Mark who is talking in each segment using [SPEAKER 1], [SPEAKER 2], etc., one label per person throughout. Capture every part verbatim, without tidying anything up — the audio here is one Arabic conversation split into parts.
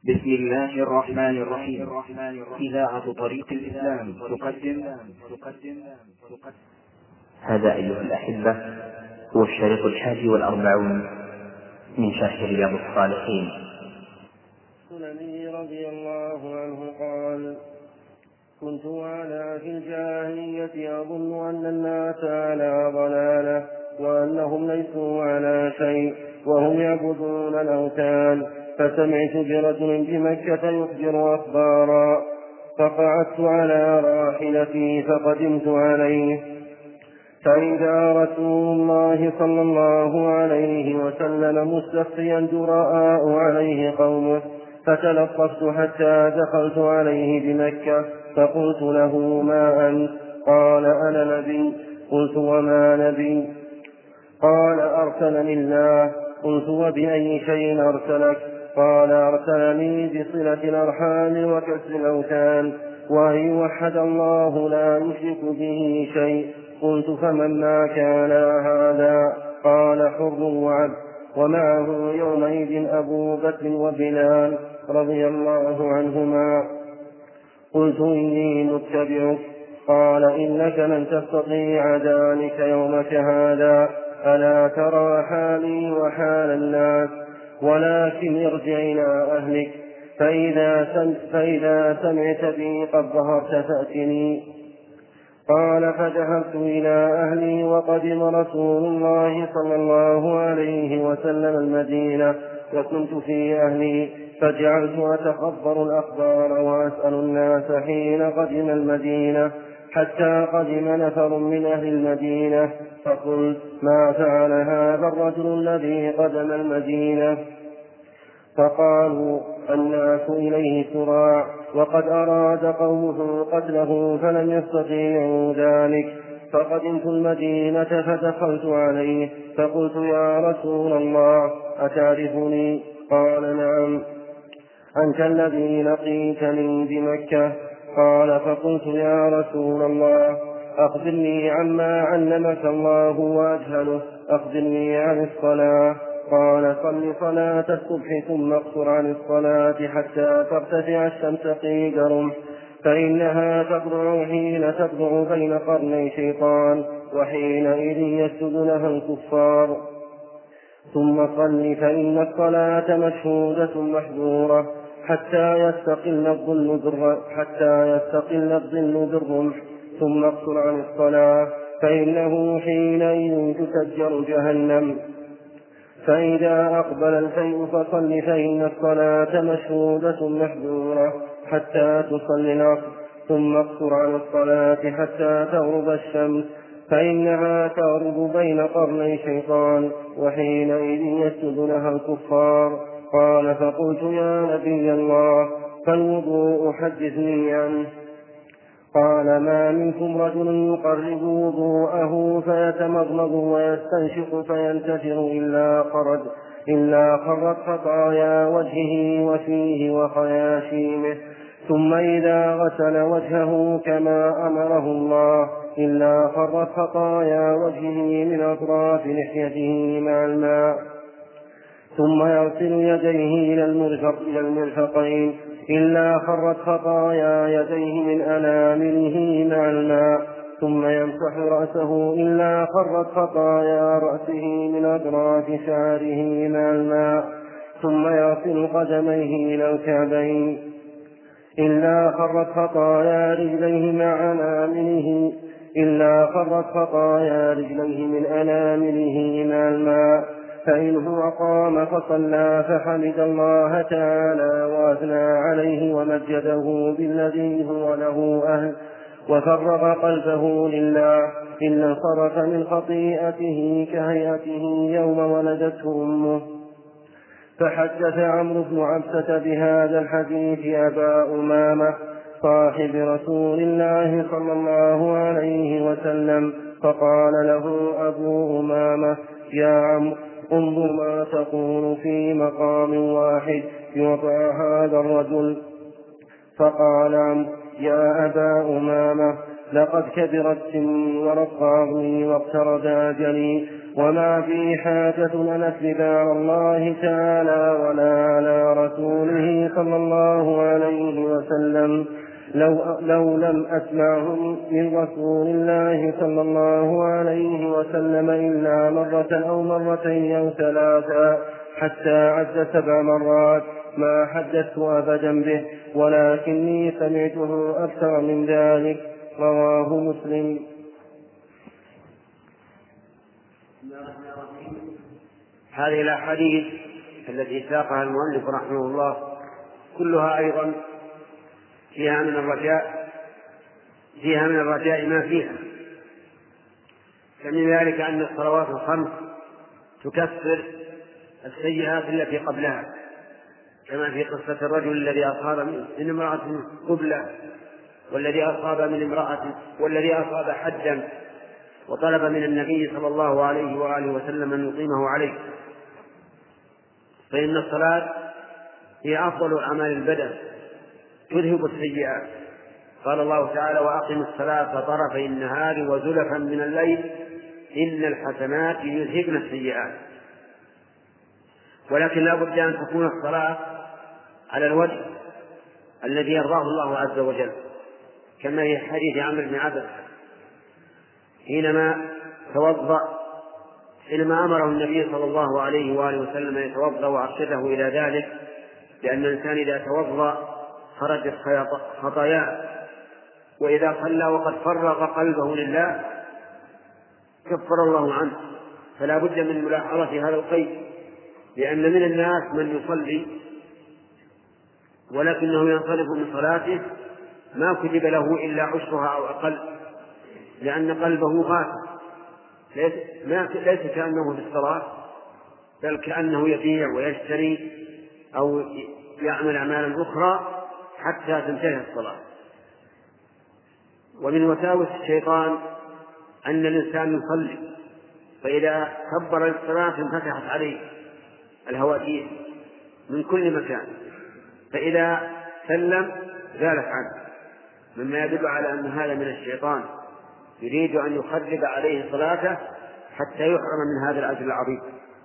[SPEAKER 1] بسم الله الرحمن الرحيم. إذاعة طريق الإسلام تقدم
[SPEAKER 2] هذا أيها الأحبة هو الشريط الحادي والأربعون من شرح رياض الصالحين.
[SPEAKER 3] سلمي رضي الله عنه قال: كنت وأنا في الجاهلية أظن أن الناس على ضلالة وأنهم ليسوا على شيء وهم يعبدون الأوثان، فسمعت برجل بمكة يخبر أخبارا، فقعدت على راحلتي فقدمت عليه، فإذا رسول الله صلى الله عليه وسلم مستخفيا جراء عليه قومه، فتلطفت حتى دخلت عليه بمكة، فقلت له: ما أنت؟ قال: أنا نبي. قلت: وما نبي؟ قال: أرسلني الله. قلت: وبأي شيء أرسلك؟ قال: أرسلني بصلة الأرحام وكسر الأوثان وأن يوحد الله لا يشرك به شيء. قلت: فمن ما كان هذا؟ قال: حر وعبد. ومعه يومئذ أبو بكر وبلال رضي الله عنهما. قلت: إني متبعك. قال: إنك لن تستطيع ذلك يومك هذا، ألا ترى حالي وحال الناس؟ ولكن ارجع إلى أهلك، فإذا, سم فإذا سمعت بي قد ظهرت فأتني. قال: فذهبت إلى أهلي، وقدم رسول الله صلى الله عليه وسلم المدينة، وكنت في أهلي، فجعلت أتخبر الأخبار وأسأل الناس حين قدم المدينة، حتى قدم نفر من أهل المدينة، فقلت: ما فعل هذا الرجل الذي قدم المدينة؟ فقالوا: الناس إليه سراع، وقد أراد قومه قتله فلم يستطيعوا ذلك. فقدمت المدينة فدخلت عليه، فقلت: يا رسول الله، أتعرفني؟ قال: نعم، أنت الذي لقيتني بمكة. قال: فقلت: يا رسول الله، أخبرني عما علمك الله وأجهله، أخبرني عن الصلاة. قال: صل صلاة الصبح ثم اقصر عن الصلاة حتى ترتفع الشمس قيد رمح، فإنها تطلع حين تطلع بين قرني شيطان، وحينئذ يسجد لها الكفار. ثم صل فإن الصلاة مشهودة محظورة حتى يستقل الظل بالرمح حتى يستقل الظل بالرمح ثم اقصر عن الصلاة، فإنه حينئذ تسجر جهنم. فإذا أقبل الفيء فصل فإن الصلاة مشهودة محظورة حتى تصلي العصر، ثم اقصر عن الصلاة حتى تغرب الشمس، فإنها تغرب بين قرني شيطان، وحينئذ يسجد لها الكفار. قال: فقلت: يا نبي الله، فالوضوء حدثني عنه. قال: ما منكم رجل يقرب وضوءه فيتمضمض ويستنشق فينتشر إلا خرج إلا خرت خطايا وجهه وفيه وخياشيمه، ثم إذا غسل وجهه كما أمره الله إلا خرت خطايا وجهه من أطراف لحيته مع الماء، ثم يغسل يديه إلى المرفق إلى المرفقين إلا خرت خطايا يديه من أنامله مع الماء، ثم يمسح رأسه إلا خرت خطايا رأسه من أطراف شعره مع الماء، ثم يغسل قدميه إلى الكعبين إلا خرت خطايا رجليه مع أنامله إلا خرت خطايا رجليه من أنامله مع الماء. فإن هو قام فصلى فحمد الله تعالى وأثنى عليه ومجده بالذي هو له أهل، وفرغ قلبه لله، إن انصرف من خطيئته كهيئته يوم ولدته أمه. فحدث عمرو بن عبسة بهذا الحديث أبا أمامة صاحب رسول الله صلى الله عليه وسلم، فقال له أبو أمامة: يا عمرو، انظر ما تقول في مقام واحد يعطى هذا الرجل. فقال عمرو: يا أبا أمامة، لقد كبر السن ورق عظمي واقترب أجلي وما في حاجة أن أكذب على الله تعالى ولا على رسوله صلى الله عليه وسلم لو, لو لم أسمعه من رسول الله صلى الله عليه وسلم إلا مرة أو مرتين أو ثلاثا حتى عد سبع مرات ما حدثت أبدا به ولكني سمعته أكثر من ذلك. رواه مسلم.
[SPEAKER 4] هذه الأحاديث التي ساقها المؤلف رحمه الله كلها أيضا فيها من الرجاء فيها من الرجاء ما فيها، فمن ذلك أن الصلوات الخمس تكفر السيئات التي قبلها، كما في قصة الرجل الذي أصاب من امرأة قبلة، والذي أصاب من امرأة والذي أصاب حدا وطلب من النبي صلى الله عليه وآله وسلم أن يقيمه عليه. فإن الصلاة هي أفضل أعمال البدن تذهب السيئات. قال الله تعالى: وأقم الصلاة طرفي النهار وزلفا من الليل إن الحسنات يذهبن السيئات. ولكن لا بد أن تكون الصلاة على الوجه الذي يرضاه الله عز وجل، كما في حديث عمرو بن عبس حينما توضأ حينما أمره النبي صلى الله عليه وآله وسلم أن يتوضأ وأرشده إلى ذلك، لأن الإنسان إذا توضأ خرجت خطاياه، وإذا صلى وقد فرغ قلبه لله كفر الله عنه. فلا بد من ملاحظة هذا القيد، لأن من الناس من يصلي ولكنه ينصرف من صلاته ما كتب له إلا عشرها أو أقل، لأن قلبه غافل، ليس, ليس كأنه في الصلاة، بل كأنه يبيع ويشتري أو يعمل أعمالا أخرى حتى تنتهي الصلاة. ومن وساوس الشيطان أن الإنسان يصلي فإذا كبر الصلاة انفتحت عليه الهواتيف من كل مكان، فإذا سلم زالت عنه، مما يدل على أن هذا من الشيطان يريد أن يخرب عليه صلاته حتى يحرم من هذا الأجر العظيم.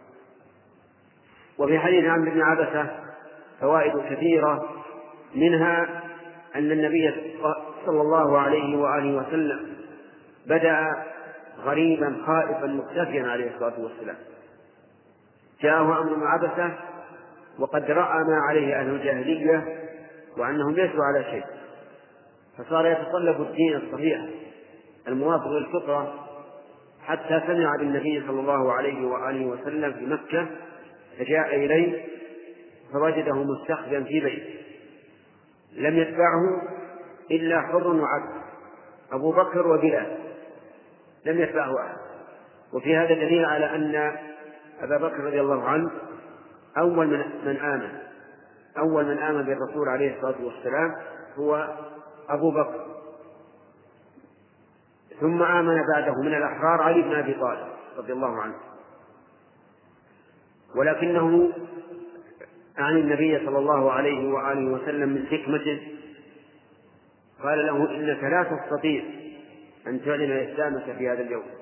[SPEAKER 4] وفي حديث عمرو بن عبسة فوائد كثيرة، منها أن النبي صلى الله عليه وآله وسلم بدأ غريبا خائفا مختفيا عليه الصلاة والسلام. جاءه عمرو بن عبسة وقد رأى ما عليه أهل الجاهلية وأنهم ليسوا على شيء، فصار يتطلب الدين الصحيح الموافق للفطرة، حتى سمع بالنبي صلى الله عليه وآله وسلم في مكة، فجاء إليه فوجده مستخبيا في بيته، لم يتبعه إلا حر وعبد أبو بكر وبلال، لم يتبعه أحد. وفي هذا دليل على أن أبا بكر رضي الله عنه أول من, من آمن أول من آمن بالرسول عليه الصلاة والسلام هو أبو بكر، ثم آمن بعده من الأحرار علي بن أبي طالب رضي الله عنه. ولكنه عن النبي صلى الله عليه وآله وسلم من حكمته قال له: إنك لا تستطيع أن تعلن إسلامك في هذا اليوم،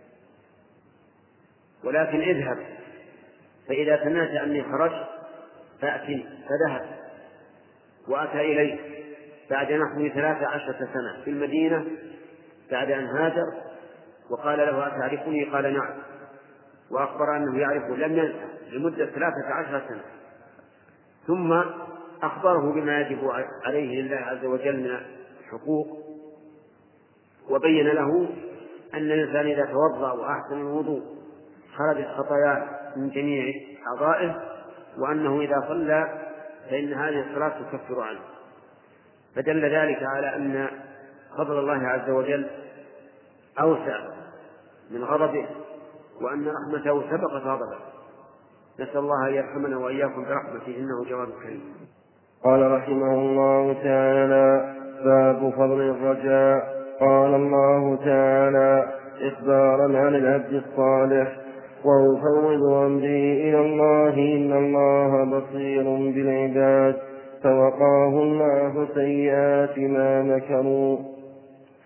[SPEAKER 4] ولكن اذهب فإذا سمعت أني خرجت فأتني. فذهب وأتى إليه بعد نحو ثلاث عشرة سنة في المدينة بعد أن هاجر، وقال له: أتعرفني؟ قال: نعم. وأخبر أنه يعرفه، لم ينسى لمدة ثلاثة عشرة سنة. ثم أخبره بما يجب عليه لله عز وجل من الحقوق، وبين له أن الإنسان إذا توضأ وأحسن الوضوء خرجت خطاياه من جميع أعضائه، وأنه إذا صلى فإن هذه الصلاة تكفر عنه. فدل ذلك على أن فضل الله عز وجل أوسع من غضبه، وأن رحمته سبقت غضبه. نسأل الله أن يرحمنا وإياكم برحمته إنه جواد كريم.
[SPEAKER 3] قال رحمه الله تعالى: باب فضل الرجاء. قال الله تعالى إخبارا عن العبد الصالح: وأفوض أمري إلى الله إن الله بصير بالعباد، فوقاه الله سيئات ما مكروا.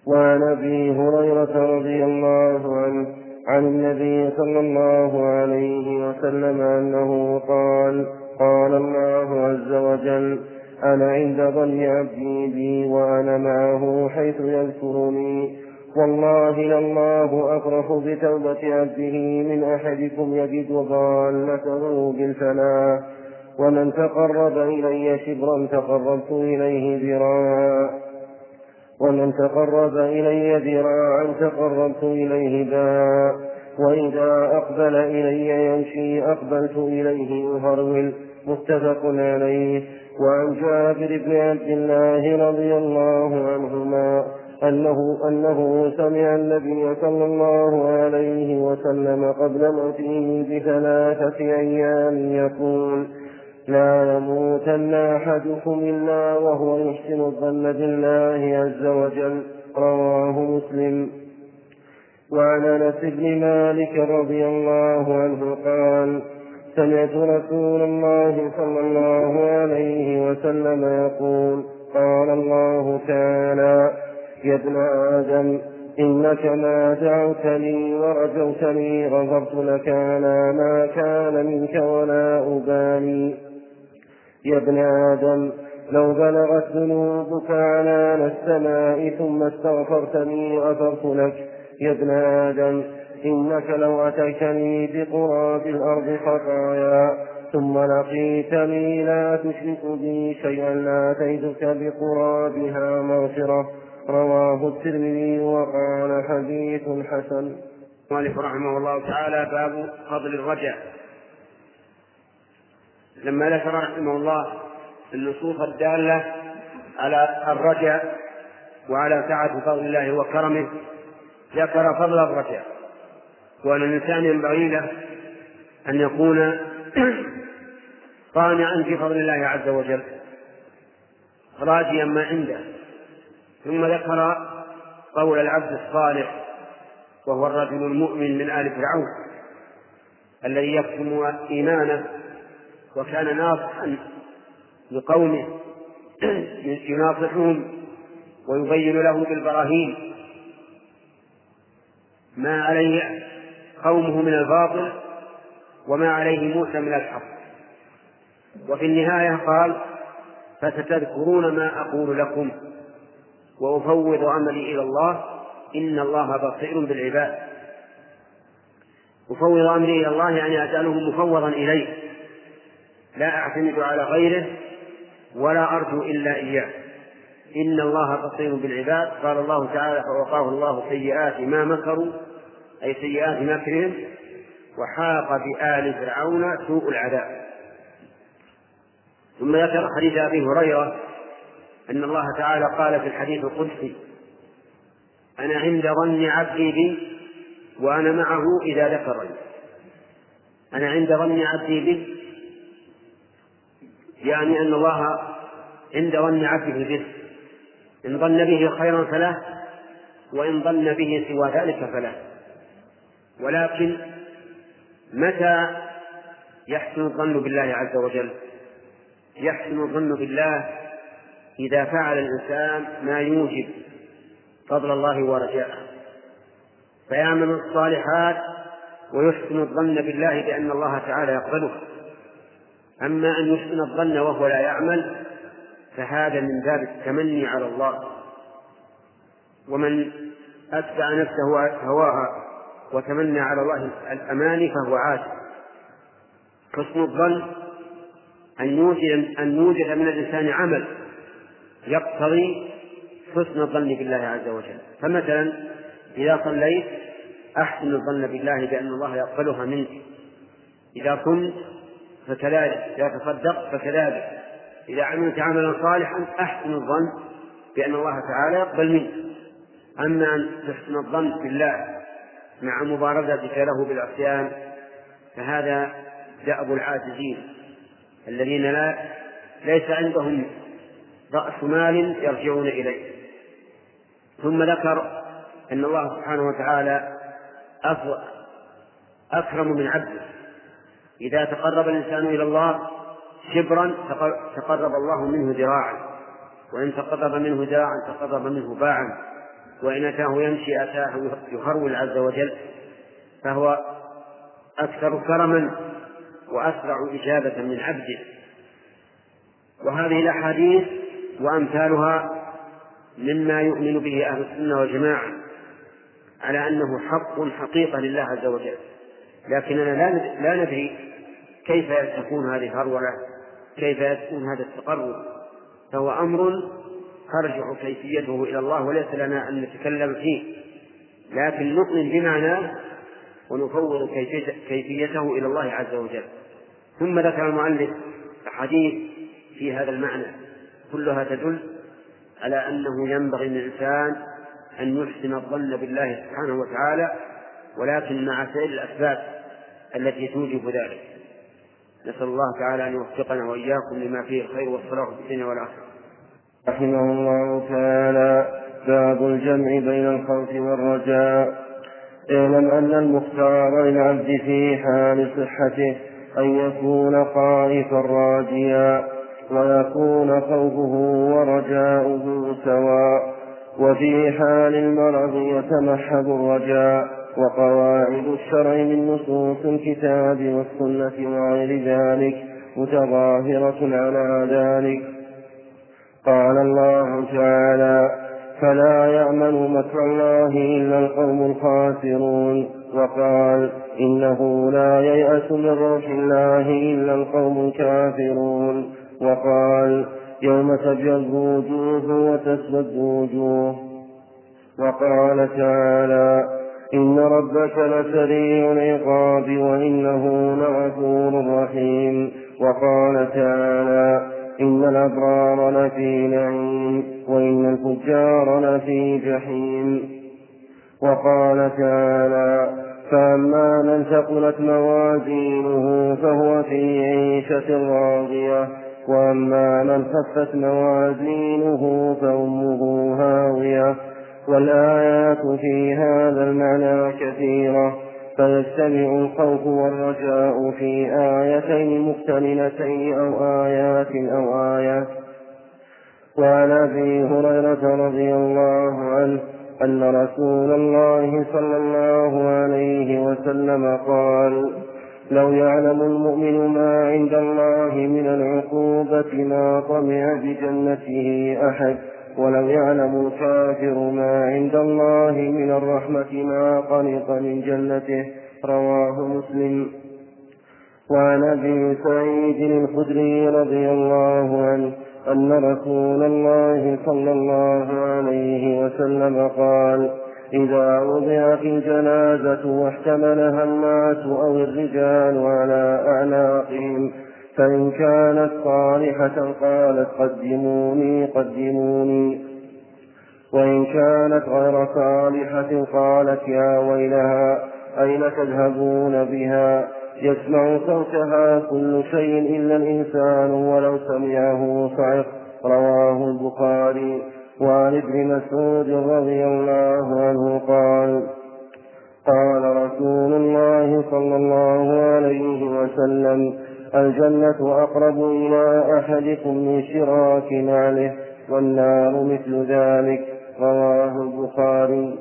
[SPEAKER 3] وعن أبي هريرة رضي الله عنه عن النبي صلى الله عليه وسلم أنه قال قال الله عز وجل أنا عند ظن عبدي بي وأنا معه حيث يذكرني والله لله أفرح بتوبة عبده من أحدكم يجد ضالته بالفلاح ومن تقرب إلي شبرا تقربت إليه ذراعا ومن تقرب إلي ذراعا تقربت إليه باعا وإذا أقبل إلي يمشي أقبلت إليه أهرول متفق عليه. وعن جابر بن عبد الله رضي الله عنهما أنه, أنه سمع النبي صلى الله عليه وسلم قبل موته بثلاثة أيام يقول لا يموتن أحدكم إلا وهو يحسن الظن بالله عز وجل رواه مسلم. وعن أنس بن مالك رضي الله عنه قال سمعت رسول الله صلى الله عليه وسلم يقول قال الله تعالى يا ابن آدم إنك ما دعوتني ورجوتني غفرت لك على ما كان منك ولا أبالي. يا ابن آدم لو بلغت ذنوبك عنان السماء ثم استغفرتني غفرت لك. يا ابن آدم إنك لو أتيتني بقراب الأرض خطايا ثم لقيتني لا تشرك بي شيئا لأتيتك بقرابها مغفرة رواه الترمذي وقال حديث حسن.
[SPEAKER 4] المؤلف رحمه الله تعالى باب فضل الرجاء. لما ذكر رحمه الله النصوص الدالة على الرجاء وعلى سعة فضل الله وكرمه ذكر فضل الرجاء، وأن الإنسان ينبغي له أن يكون قانعا في فضل الله عز وجل راجيا ما عنده. ثم ذكر قول العبد الصالح وهو الرجل المؤمن من آل فرعون الذي يكتم إيمانه وكان ناصحا لقومه يناصحهم ويبين لهم بالبراهين ما عليه قومه من الباطل وما عليه موسى من الحق. وفي النهاية قال فستذكرون ما أقول لكم وأفوض أمري إلى الله إن الله بصير بالعباد. أفوض أمري إلى الله يعني أجعله مفوضا إليه لا أعتمد على غيره ولا أرجو إلا إياه. إن الله بصير بالعباد. قال الله تعالى فوقاه الله سيئات ما مكروا أي سيئات مكرهم وحاق بآل فرعون سوء العذاب. ثم ذكر حديث أبي هريرة أن الله تعالى قال في الحديث القدسي أنا عند ظن عبدي بي وأنا معه إذا ذكرني. أنا عند ظن عبدي بي يعني أن الله عند ظن عبده به، إن ظن به خيرا فله وإن ظن به سوى ذلك فله. ولكن متى يحسن الظن بالله عز وجل؟ يحسن الظن بالله إذا فعل الإنسان ما يوجب فضل الله ورجاءه فيعمل الصالحات ويحسن الظن بالله بأن الله تعالى يقبله. أما أن يحسن الظن وهو لا يعمل فهذا من باب التمني على الله. ومن أتبع نفسه هواها وتمنى على الله الأماني فهو عاجز. حسن الظن أن يوجد, أن يوجد من الإنسان عمل يقتضي حسن الظن بالله عز وجل. فمثلا إذا صليت أحسن الظن بالله بأن الله يقبلها منك، إذا كنت فكذلك، إذا تصدقت فكذلك، إذا عملت عملا صالحا أحسن الظن بأن الله تعالى يقبل منك. أما أن تحسن الظن بالله مع مبارزتك له بالعصيان فهذا دأب العاجزين الذين لا ليس عندهم رأس مال يرجعون إليه. ثم ذكر أن الله سبحانه وتعالى أكرم من عبده. إذا تقرب الإنسان إلى الله شبرا تقرب الله منه ذراعا، وإن تقرب منه ذراعا تقرب منه باعا. وإن أتاه يمشي أتاه يهرول عز وجل، فهو أكثر كرما وأسرع إجابة من عبده. وهذه الأحاديث وأمثالها مما يؤمن به أهل السنة والجماعة على أنه حق حقيقة لله عز وجل، لكننا لا ندري كيف تكون هذه الهرولة، كيف يكون هذا التقرب، فهو أمر ترجع كيفيته إلى الله وليس لنا أن نتكلم فيه، لكن نؤمن بمعناه ونفوض كيفيته إلى الله عز وجل. ثم ذكر المؤلف أحاديث في هذا المعنى كلها تدل على أنه ينبغي للإنسان أن يحسن الظن بالله سبحانه وتعالى، ولكن مع سائر الأسباب التي توجب ذلك. نسأل الله تعالى أن يوفقنا وإياكم لما فيه الخير والصلاح في الدنيا والآخرة.
[SPEAKER 3] رحمه الله تعالى. باب الجمع بين الخوف والرجاء. اعلم أن المختار للعبد في حال صحته أن يكون خائفا راجيا، ويكون خوفه ورجاؤه سواء، وفي حال المرض يتمحض الرجاء. وقواعد الشرع من نصوص الكتاب والسنة وغير ذلك متظاهرة على ذلك. قال الله تعالى: فلا يأمن مكر الله إلا القوم الخاسرون. وقال: إنه لا ييأس من روح الله إلا القوم الكافرون. وقال: يوم تبيض وجوه وتسود وجوه. وقال تعالى: إن ربك لسريع العقاب وإنه لغفور رحيم. وقال تعالى: إن الأبرار لفي نعيم وإن الفجار لفي جحيم. وقال تعالى: فأما من ثقلت موازينه فهو في عيشة راضية، وأما من خفت موازينه فأمه هاوية. والآيات في هذا المعنى كثيرة، فيجتمع الخوف والرجاء في آيتين مقترنتين أو آيات أو آية. وعن أبي هريرة رضي الله عنه أن رسول الله صلى الله عليه وسلم قال: لو يعلم المؤمن ما عند الله من العقوبة ما طمع بجنته أحد، ولو يعلم الكافر ما عند الله من الرحمة ما قنط من جنته. رواه مسلم. وعن أبي سعيد الخدري رضي الله عنه أن رسول الله صلى الله عليه وسلم قال: إذا وضعت الجنازة واحتملها الناس أو الرجال على أعناقهم، فإن كانت صالحة قالت: قدموني قدموني، وإن كانت غير صالحة قالت: يا ويلها أين تذهبون بها؟ يسمع صوتها كل شيء إلا الإنسان ولو سمعه صعق. رواه البخاري. وعن ابن مسعود رضي الله عنه قال: قال رسول الله صلى الله عليه وسلم: الجنة أقرب إلى أحدكم من شراك نعله، والنار مثل ذلك. رواه البخاري.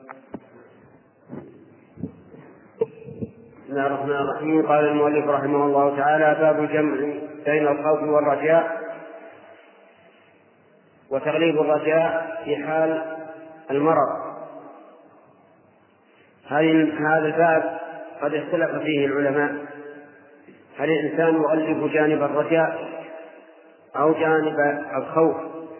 [SPEAKER 4] بسم الله الرحمن الرحيم. قال المؤلف رحمه الله تعالى: باب الجمع بين الخوف والرجاء وتغليب الرجاء في حال المرض. هذا الباب قد اختلف فيه العلماء، هل الإنسان يغلب جانب الرجاء أو جانب الخوف؟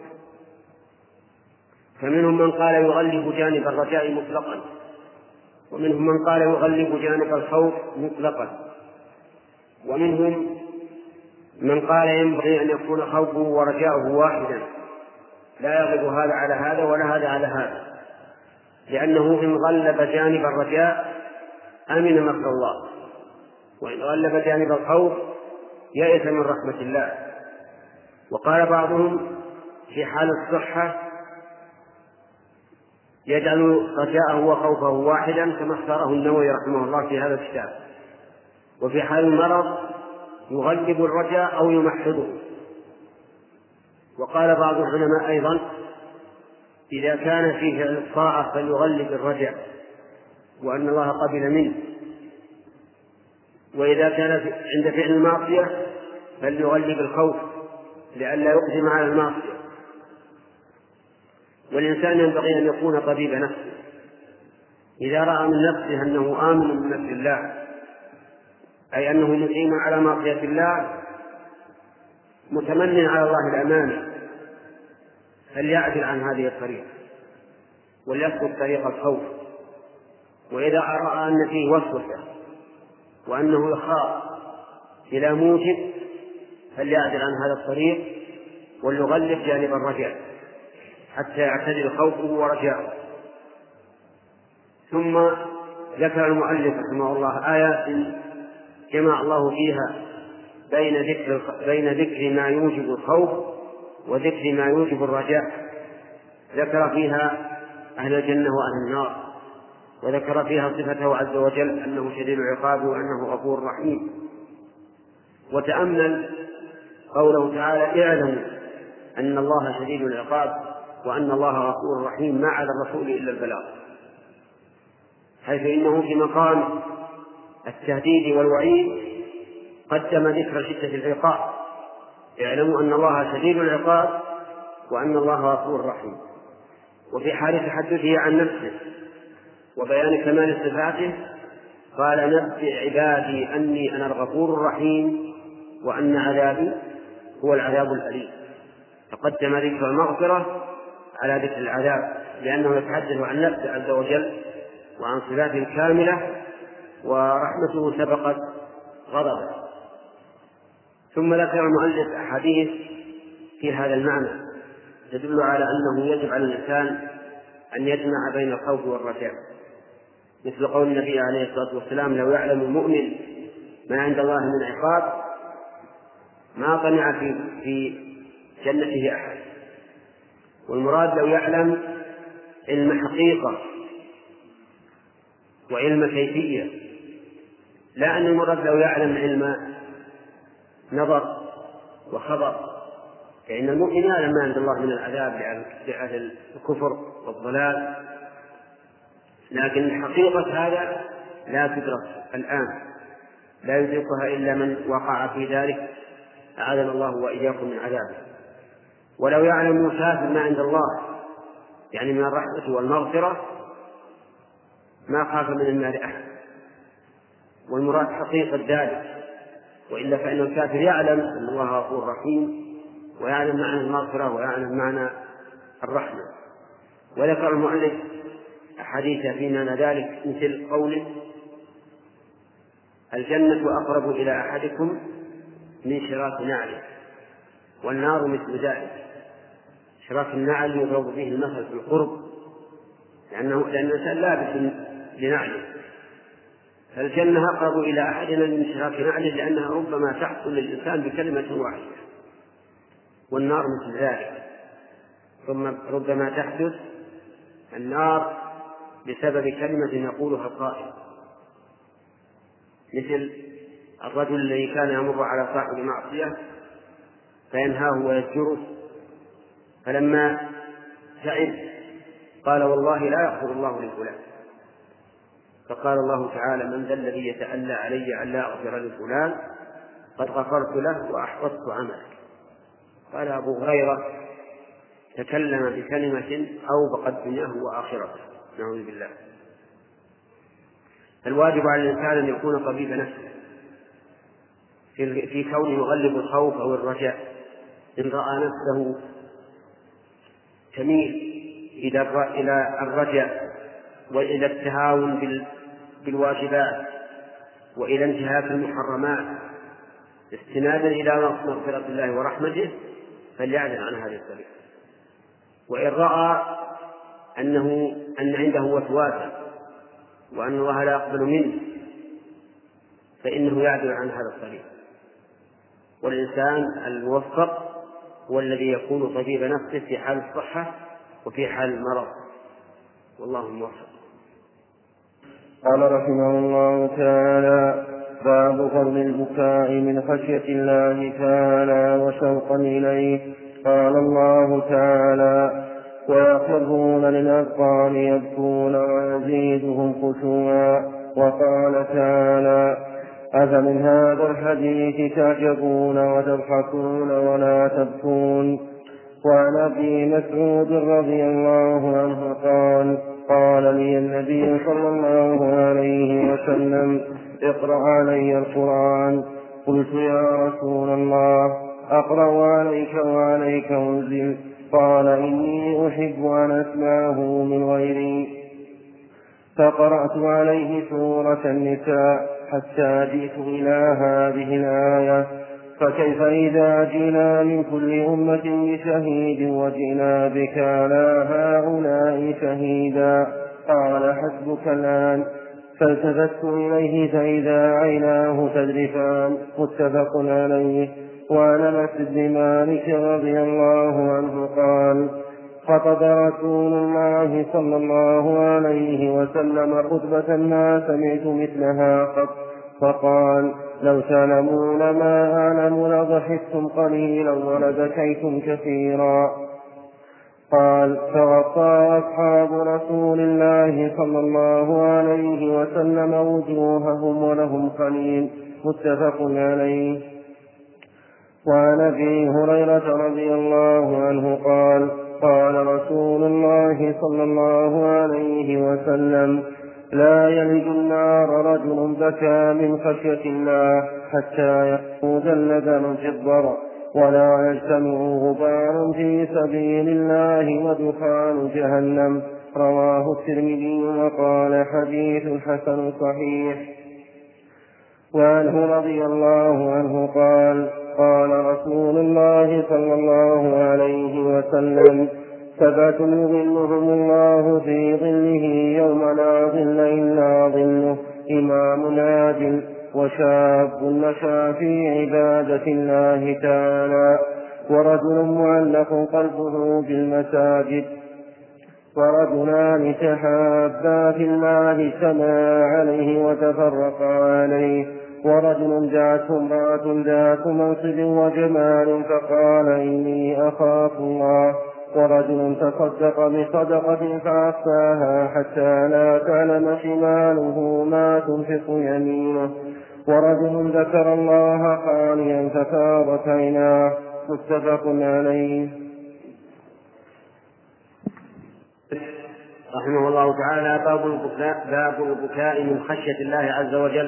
[SPEAKER 4] فمنهم من قال يغلب جانب الرجاء مطلقا، ومنهم من قال يغلب جانب الخوف مطلقا، ومنهم من قال ينبغي أن يكون خوفه ورجاؤه واحدا، لا يغلب هذا على هذا ولا هذا على هذا، لأنه إن غلب جانب الرجاء أمن مكر الله، وإن غلب جانب الخوف يئس من رحمة الله. وقال بعضهم في حال الصحة يجعل رجاءه وخوفه واحدا كما اختاره النووي رحمه الله في هذا الكتاب، وفي حال المرض يغلب الرجاء أو يمحضه. وقال بعض العلماء أيضا إذا كان في فعل الطاعة فليغلب الرجع وأن الله قبل منه، وإذا كان عند فعل المعصية فليغلب الخوف لئلا يقدم على المعصية. والإنسان ينبغي أن يكون طبيب نفسه، إذا رأى من نفسه أنه آمن من نفس الله، أي أنه مقيم على معصية الله متمن على الله الأمان، فليعدل عن هذه الطريقة وليسلك طريق الخوف. وإذا رأى أن فيه وسوسة وأنه يخاف إلى موجب فليعدل عن هذا الطريق وليغلب جانب الرجاء حتى يعتدل خوفه ورجاءه. ثم ذكر المؤلف رحمه الله آيات جمع الله فيها بين ذكر بين ذكر ما يوجب الخوف وذكر ما يوجب الرجاء. ذكر فيها أهل الجنة وأهل النار، وذكر فيها صفته عز وجل أنه شديد العقاب وأنه غفور رحيم. وتأمل قوله تعالى اعلموا أن الله شديد العقاب وأن الله غفور رحيم، ما على الرسول إلا البلاغ، حيث إنه في مقام التهديد والوعيد قدم ذكر شدة العقاب. اعلموا أن الله شديد العقاب وأن الله غفور رحيم. وفي حال تحدثه عن نفسه وبيان كمال صفاته قال نبئ عبادي أني أنا الغفور الرحيم وأن عذابي هو العذاب الأليم. فقدم ذكر المغفرة على ذكر العذاب لأنه يتحدث عن نفسه عز وجل وعن صفاته الكاملة، ورحمته سبقت غضبه. ثم ذكر المؤلف أحاديث في هذا المعنى تدل على أنه يجب على الإنسان أن يجمع بين الخوف والرجاء، مثل قول النبي عليه الصلاة والسلام لو يعلم المؤمن ما عند الله من عقاب ما طمع في في جنته أحد. والمراد لو يعلم علم حقيقة وعلم كيفية، لا أن المراد لو يعلم علم نظر وخبر، فإن المؤمن يعلم ما عند الله من العذاب لأهل الكفر والضلال، لكن حقيقة هذا لا تدرك الآن، لا يدركها إلا من وقع في ذلك أعاذنا الله وإياكم من عذابه. ولو يعلم مسافر ما عند الله يعني من الرحمة والمغفرة ما خاف من النار أحد، والمراد حقيقة ذلك، وإلا فإن الكافر يعلم أن الله غفور رحيم ويعلم معنى المغفرة ويعلم معنى الرحمة. وذكر المؤلف أحاديث في معنى ذلك مثل قوله الجنة أقرب إلى أحدكم من شراك نعله والنار مثل ذلك. شراك النعل يضرب به المثل في القرب لأنه لأن الإنسان لابس لنعله، فالجنة أقرب إلى أحدنا من شراك نعله لأنها ربما تحصل للإنسان بكلمة واحدة، والنار مثل ذلك، ثم ربما تحدث النار بسبب كلمة يقولها القائل، مثل الرجل الذي كان يمر على صاحب معصية فينهاه ويزجره، فلما تعب قال والله لا يغفر الله لفلان، فقال الله تعالى من ذا الذي يتألى علي أن لا أغفر لفلان قد غفرت له وأحبطت عملك. قال أبو هريرة تكلم بكلمة أوبقت دنياه وآخرته، نعوذ بالله. الواجب على الإنسان أن يكون طبيب نفسه في كونه يغلب الخوف أو الرجاء. إن رأى نفسه تميل إلى الرجاء وإلى التهاون بالواجبات وإلى انتهاك المحرمات استنادا إلى مغفرة الله ورحمته فليعدل عن هذه الطريقة. وإن رأى أنه أن عنده وسواسا وأن الله لا يقبل منه فإنه يعدل عن هذا الطريق. والإنسان الموفق هو الذي يكون طبيب نفسه في حال الصحة وفي حال المرض، والله موفق.
[SPEAKER 3] قال رحمه الله تعالى باب فضل البكاء من خشية الله تعالى وشوقا إليه. قال الله تعالى ويخرون للأذقان يبكون ويزيدهم خشوعا. وقال تعالى: أفمن هذا الحديث تعجبون وتضحكون ولا تبكون. وعن أبي مسعود رضي الله عنه قال: قال لي النبي صلى الله عليه وسلم: اقرأ علي القرآن. قلت: يا رسول الله، أقرأ عليك وعليك أنزل؟ قال: إني أحب أن أسمعه من غيري. فقرأت عليه سورة النساء حتى جئت إلى هذه الآية: فكيف إذا جئنا من كل أمة بشهيد وجئنا بك على هؤلاء شهيدا؟ قال: حسبك الآن. فالتفت إليه فإذا عيناه تذرفان. متفق عليه. وعن أنس بن مالك رضي الله عنه قال: خطب رسول الله صلى الله عليه وسلم خطبة ما سمعت مثلها قط، فقال: لو تعلمون ما أعلم لضحكتم قليلا ولبكيتم كثيرا. قال: فغطى أصحاب رسول الله صلى الله عليه وسلم وجوههم ولهم قليل. متفق عليه. وعن أبي هريرة رضي الله عنه قال: قال رسول الله صلى الله عليه وسلم: لا يلج النار رجل بكى من خشية الله حتى يقود اللبن في الضرع، ولا يجتمع غبار في سبيل الله ودخان جهنم. رواه الترمذي وقال: حديث حسن صحيح. وعنه رضي الله عنه قال: قال رسول الله صلى الله عليه وسلم: سبعة يظلهم الله في ظله يوم لا ظل إلا ظله: إمام عادل، وشاب نشأ في عبادة الله تعالى، ورجل معلق قلبه بالمساجد، ورجلان تحابا في الله اجتمعا عليه وتفرقا عليه، ورجل دعته امرأة ذات منصب وجمال فقال: إني أخاف الله، ورجل تصدق بصدقة فأخفاها حتى لا تعلم شماله ما تنفق يمينه، ورجل ذكر الله خاليا ففاضت عيناه. متفق عليه.
[SPEAKER 4] رحمه الله تعالى: باب البكاء, باب البكاء من خشية الله عز وجل،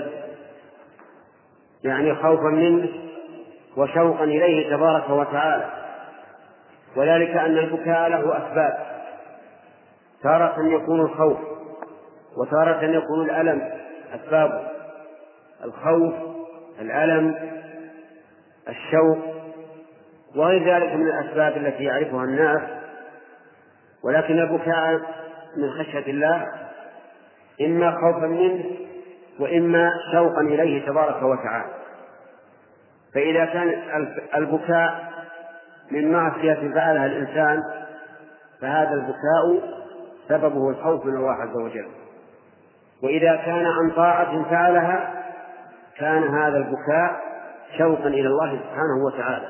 [SPEAKER 4] يعني خوفا منه وشوقا إليه تبارك وتعالى. وذلك أن البكاء له أسباب، تارة يكون الخوف وتارة يكون الألم. أسبابه الخوف، الألم، الشوق، وغير ذلك من الأسباب التي يعرفها الناس. ولكن البكاء من خشية الله إما خوفا منه وإما شوقا إليه تبارك وتعالى. فإذا كان البكاء من معصية فعلها الإنسان فهذا البكاء سببه الخوف من الله عز وجل، وإذا كان عن طاعة فعلها كان هذا البكاء شوقا إلى الله سبحانه وتعالى.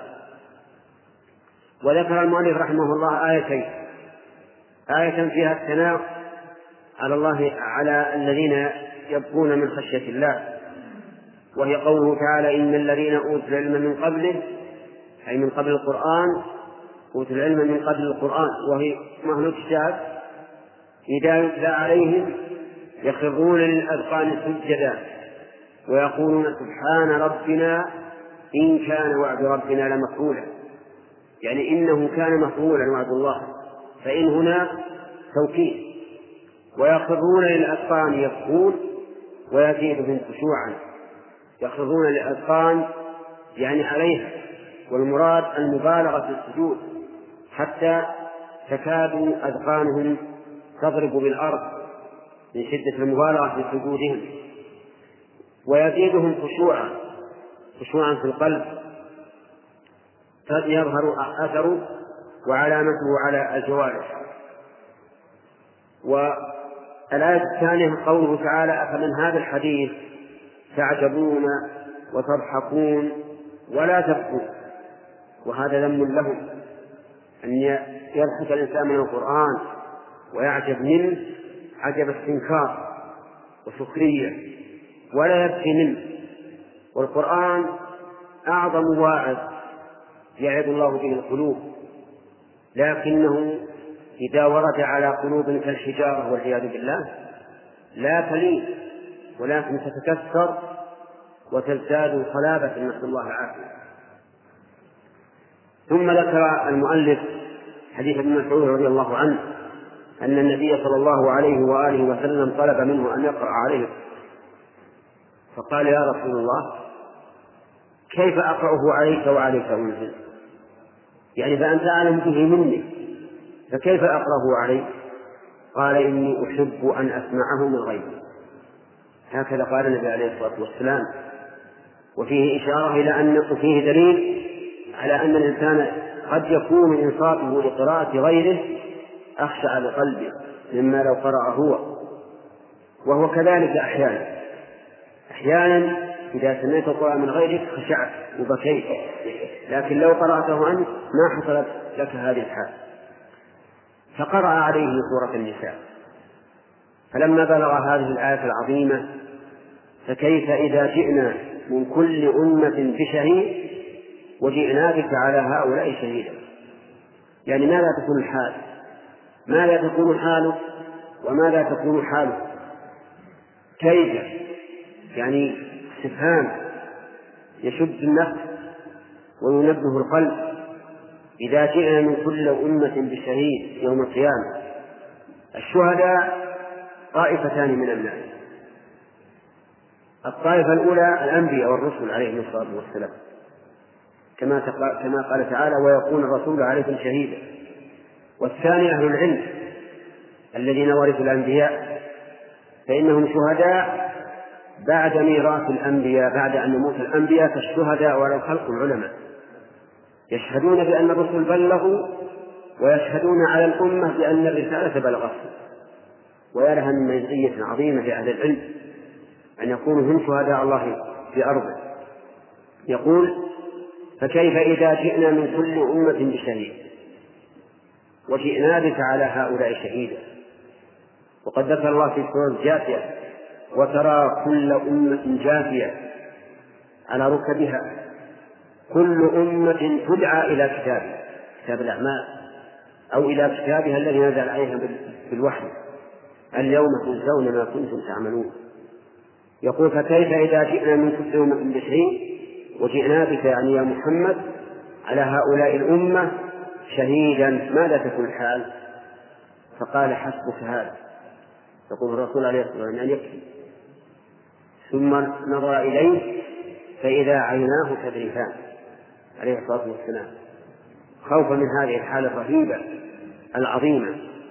[SPEAKER 4] وذكر المؤلف رحمه الله آيتين: آية فيها الثناء على الله على الذين يبكون من خشية الله، وهي قوله تعالى: إن الذين أوتوا العلم من قبله، أي من قبل القرآن، أوتوا العلم من قبل القرآن وهي أهل الكتاب، إذا يتلى عليهم يخرون للأذقان سجدا ويقولون: سبحان ربنا إن كان وعد ربنا لمفعولا، يعني إنه كان مفعولا وعد الله، فإن هنا توكيد. ويخرون للأذقان يبكون ويزيدهم خشوعا، يخرون للأذقان يعني عليها، والمراد المبالغة في السجود حتى تكاد أذقانهم تضرب بالأرض من شدة المبالغة في سجودهم. ويزيدهم خشوعا، خشوعا في القلب يظهر أثره وعلامته على الجوارح. والآية الثانية قوله تعالى: أفمن هذا الحديث تعجبون وتضحكون ولا تبكون، وهذا ذم لهم، أن يضحك الإنسان من القرآن ويعجب منه عجب استنكار وسخرية ولا يبكي منه. والقرآن أعظم واعظ يعظ الله به القلوب، لكنه إذا ورد على قلوب كالحجارة والعياذ بالله لا تلين ولكن تتكسر وتزداد صلابة، نسأل الله العافية. ثم ذكر المؤلف حديث ابن مسعود رضي الله عنه أن النبي صلى الله عليه وآله وسلم طلب منه أن يقرأ عليه، فقال يا رسول الله كيف أقرأه عليك وعليك أنزل؟ يعني فأنت أعلم به مني، فكيف أقرأه عليك؟ قال إني أحب أن أسمعه من غيري. هكذا قال النبي عليه الصلاة والسلام. وفيه إشارة إلى أن فيه دليل على أن الإنسان قد يكون إنصافه لقراءة غيره أخشع لقلبه مما لو قرأ هو، وهو كذلك أحيانا أحيانا إذا سمعت القرآن من غيرك خشعت وبكيت، لكن لو قرأته أنت ما حصلت لك هذه الحال. فقرأ عليه سورة النساء، فلما بلغ هذه الآية العظيمة فكيف إذا جئنا من كل أمة بشهيد وجئنا بك على هؤلاء شهيدا، يعني ماذا تكون الحال؟ ماذا تكون حالك وماذا تكون حالك؟ كيف يعني استفهام يشد النفس وينبه القلب. إذا جئنا من كل أمة بشهيد يوم القيامة، الشهداء طائفتان من الناس، الطائفة الأولى الأنبياء والرسل عليهم الصلاة والسلام كما كما قال تعالى ويكون الرسول عليكم شهيدا، والثاني أهل العلم الذين ورثوا الأنبياء فإنهم شهداء بعد ميراث الأنبياء، بعد أن يموت الأنبياء فالشهداء ولا الخلق العلماء يشهدون بأن الرسل بلغوا ويشهدون على الأمة بأن الرسالة بلغتهم، ويرها من ميزية عظيمة لأهل العلم أن يكونوا هم شهداء الله في أرضه. يقول فكيف إذا جئنا من كل أمة بشهيد وجئنا بك على هؤلاء شهيدا. وقد ذكر الله في سورة الجاثية وترى كل أمة جاثية على ركبها كل أمة تدعى إلى كتابها، كتاب الأعمال أو إلى كتابها الذي نزل عليها بالوحي اليوم تجزون ما كنتم تعملون. يقول فكيف إذا جئنا من كل أمة بشهيد وجئنا بك يعني يا محمد على هؤلاء الأمة شهيدا، ماذا تكون الحال؟ فقال حسبك هذا، يقول الرسول عليه الصلاة والسلام أن يكفي. ثم نظر إليه فإذا عيناه تذرفان عليه الصلاة والسلام خوفا من هذه الحالة الرهيبة العظيمة.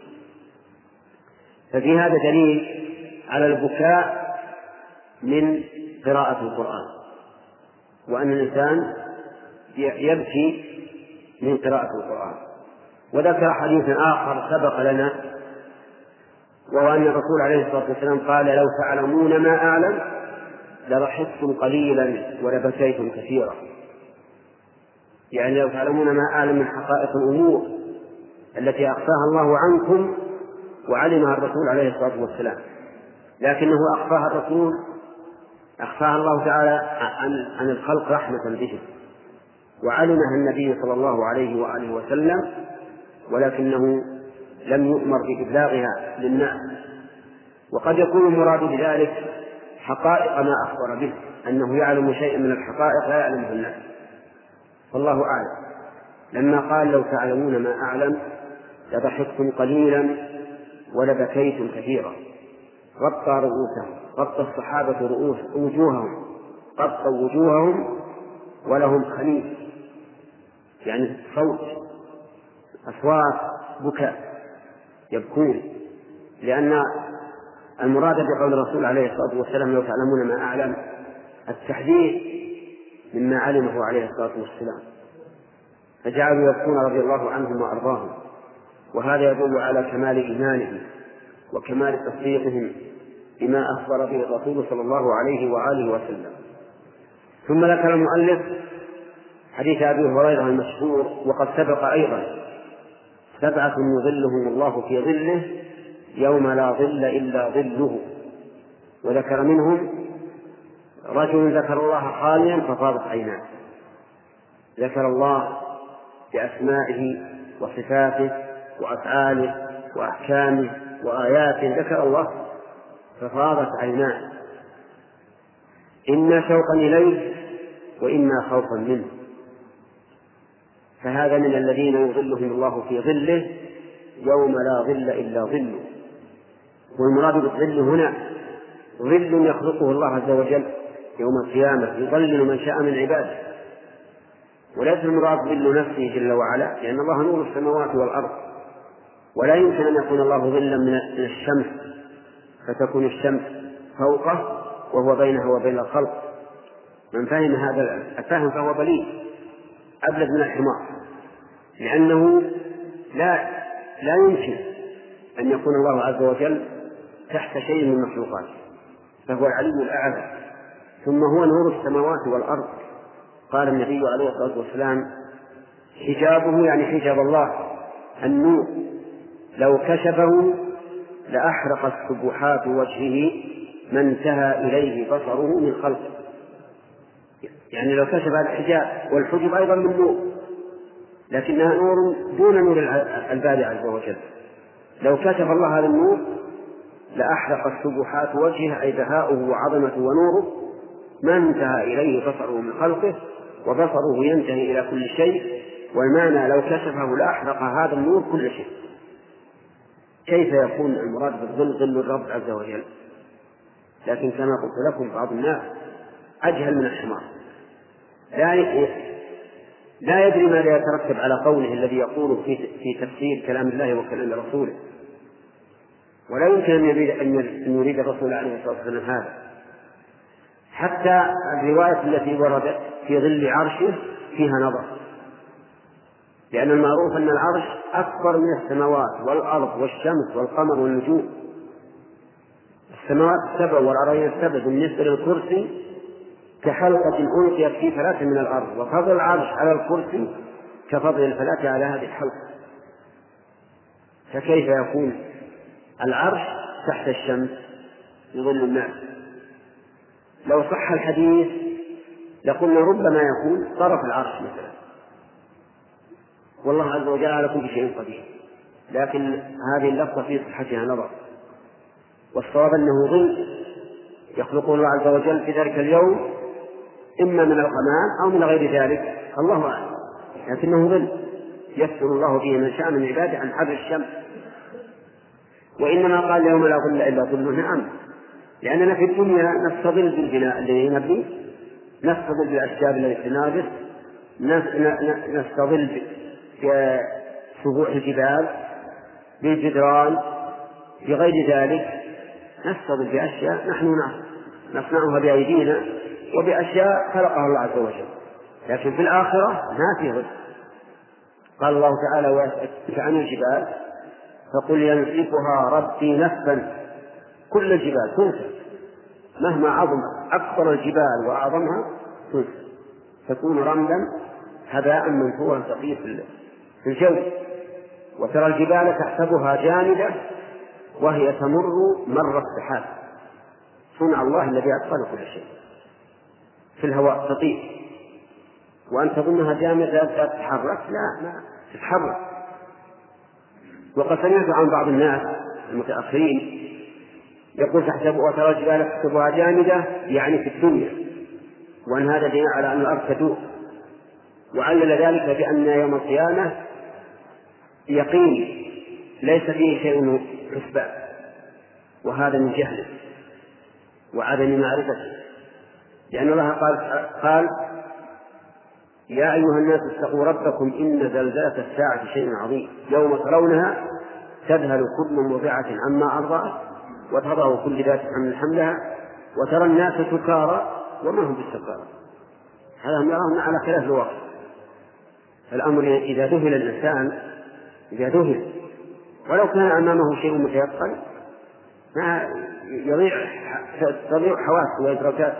[SPEAKER 4] ففي هذا دليل على البكاء من قراءة القرآن، وأن الإنسان يبكي من قراءة القرآن. وذكر حديث آخر سبق لنا وهو أن الرسول عليه الصلاة والسلام قال لو تعلمون ما أعلم لضحكتم قليلا ولبكيتم كثيرا، يعني لو تعلمون ما أعلم من حقائق الأمور التي أخفاها الله عنكم وعلمها الرسول عليه الصلاة والسلام، لكنه أخفاها الرسول أخفاها الله تعالى عن, عن الخلق رحمة بهم، وعلمها النبي صلى الله عليه وآله وسلم ولكنه لم يؤمر بإبلاغها للناس. وقد يكون المراد بذلك حقائق ما أخبر به، أنه يعلم شيئا من الحقائق لا يعلمه الناس، والله أعلم. لما قال لو تعلمون ما أعلم لضحكتم قليلا ولبكيتم كثيرا، غطى رؤوسهم، غطى الصحابة رؤوس وجوههم، غطوا وجوههم ولهم خليل، يعني صوت أصوات بكاء يبكون، لأن المراد بقول الرسول عليه الصلاة والسلام لو تعلمون ما أعلم التحذير مما علمه عليه الصلاة والسلام، فجعلوا يبكون رضي الله عنهم وأرضاهم، وهذا يدل على كمال إيمانهم وكمال تصديقهم بما أخبر به الرسول صلى الله عليه وآله وسلم. ثم ذكر المؤلف حديث أبي هريرة المشهور وقد سبق أيضا سبعة يظلهم الله في ظله يوم لا ظل إلا ظله. وذكر منهم رجل ذكر الله خاليا ففاضت عيناه، ذكر الله بأسمائه وصفاته وأفعاله وأحكامه وآياته، ذكر الله ففاضت عيناه، إما شوقا إليه وإما خوفا منه. فهذا من الذين يظلهم الله في ظله يوم لا ظل إلا ظله. والمراد بالظل هنا ظل يخلقه الله عز وجل يوم القيامة يظلل من شاء من عباده، وليس المراد ظل نفسه جل وعلا، لأن الله نور السماوات والأرض، ولا يمكن أن يكون الله ظلا من الشمس فتكون الشمس فوقه وهو بينه وبين الخلق. من فهم هذا الفهم فهو بليد أبلد من الحمار، لأنه لا لا يمكن أن يكون الله عز وجل تحت شيء من مخلوقاته، فهو العلي الأعلى، ثم هو نور السماوات والأرض. قال النبي عليه الصلاة والسلام حجابه يعني حجاب الله النور لو كشفه لأحرقت سبحات وجهه ما انتهى إليه بصره من خلقه. يعني لو كشف الحجاب، والحجب أيضا من نور لكنها نور دون نور الباري عز وجل، لو كشف الله هذا النور لأحرقت سبحات وجهه أي بهاؤه وعظمته ونوره ما انتهى إليه بصره من خلقه، وبصره ينتهي إلى كل شيء، والمعنى لو كشفه لأحرق هذا النور كل شيء. كيف يكون المراد بالظل ظل الرب عز وجل؟ لكن كما قلت لكم بعض الناس أجهل من الحمار، لا لا يدري ماذا يترتب على قوله الذي يقول في في تفسير كلام الله وكلام رسوله، ولا يمكن أن يريد أن يريد الرسول عليه الصلاة والسلام هذا. حتى الرواية التي وردت في ظل عرشه فيها نظر، لأن المعروف أن العرش أكبر من السماوات والأرض والشمس والقمر والنجوم. السماوات السبع والأراضين السبع بالنسبة للكرسي كحلقة ألقيت في فلاة من الأرض، وفضل العرش على الكرسي كفضل الفلاة على هذه الحلقة. فكيف يكون العرش تحت الشمس يظل الناس؟ لو صح الحديث لقلنا ربما يكون طرف العرش مثلا، والله عز وجل على كل شيء قدير، لكن هذه اللفظة في صحتها نظر، والصواب أنه ظل يخلقه الله عز وجل في ذلك اليوم إما من الغمام أو من غير ذلك، الله أعلم، لكنه ظل يستر الله به من شاء من عباده عن حر الشمس. وإنما قال يوم لا ظل إلا ظله، نعم، لأننا في الدنيا نستظل بالبناء الذي نبنيه، نستظل بالأشجار التي نابت، نستظل بسبوح الجبال، بالجدران، بغير ذلك نستظل بأشياء نحن نصنعها بأيدينا وبأشياء خلقها الله عز وجل. لكن في الآخرة ما في ظل. قال الله تعالى ويسألك عن الجبال فقل ينسفها ربي نسفا، كل الجبال تنسف مهما عظم، أكبر الجبال وأعظمها تنسف تكون رملا هباء منثورا ثقيل في الجو. وترى الجبال تحسبها جامدة وهي تمر مر السحاب، صنع الله الذي أتقن كل شيء. في الهواء تطير وأن تظنها جامدة لا تتحرك، لا ما تتحرك. وقد سمعت عن بعض الناس المتأخرين يقول تحسب وترى الجبال تحسبها جامدة يعني في الدنيا، وأن هذا دليل على أن الأرض تدور، وعلل ذلك بأن يوم القيامة يقين ليس فيه شيء حسبان، وهذا من جهله وعدم معرفته، لأن الله قال, قال يا أيها الناس اتقوا ربكم إن زلزلة الساعة شيء عظيم يوم ترونها تذهل كل مرضعة عما أرضعت وتضع كل ذات حمل حملها وترى الناس سكارى وما هم بالسكارى، هذا هم يرون على خلاف الواقع. فالأمر إذا ذهل الإنسان إذا ذهل ولو كان أمامه شيء متيقن ما يضيع تضيع حواسه وإدراكاته.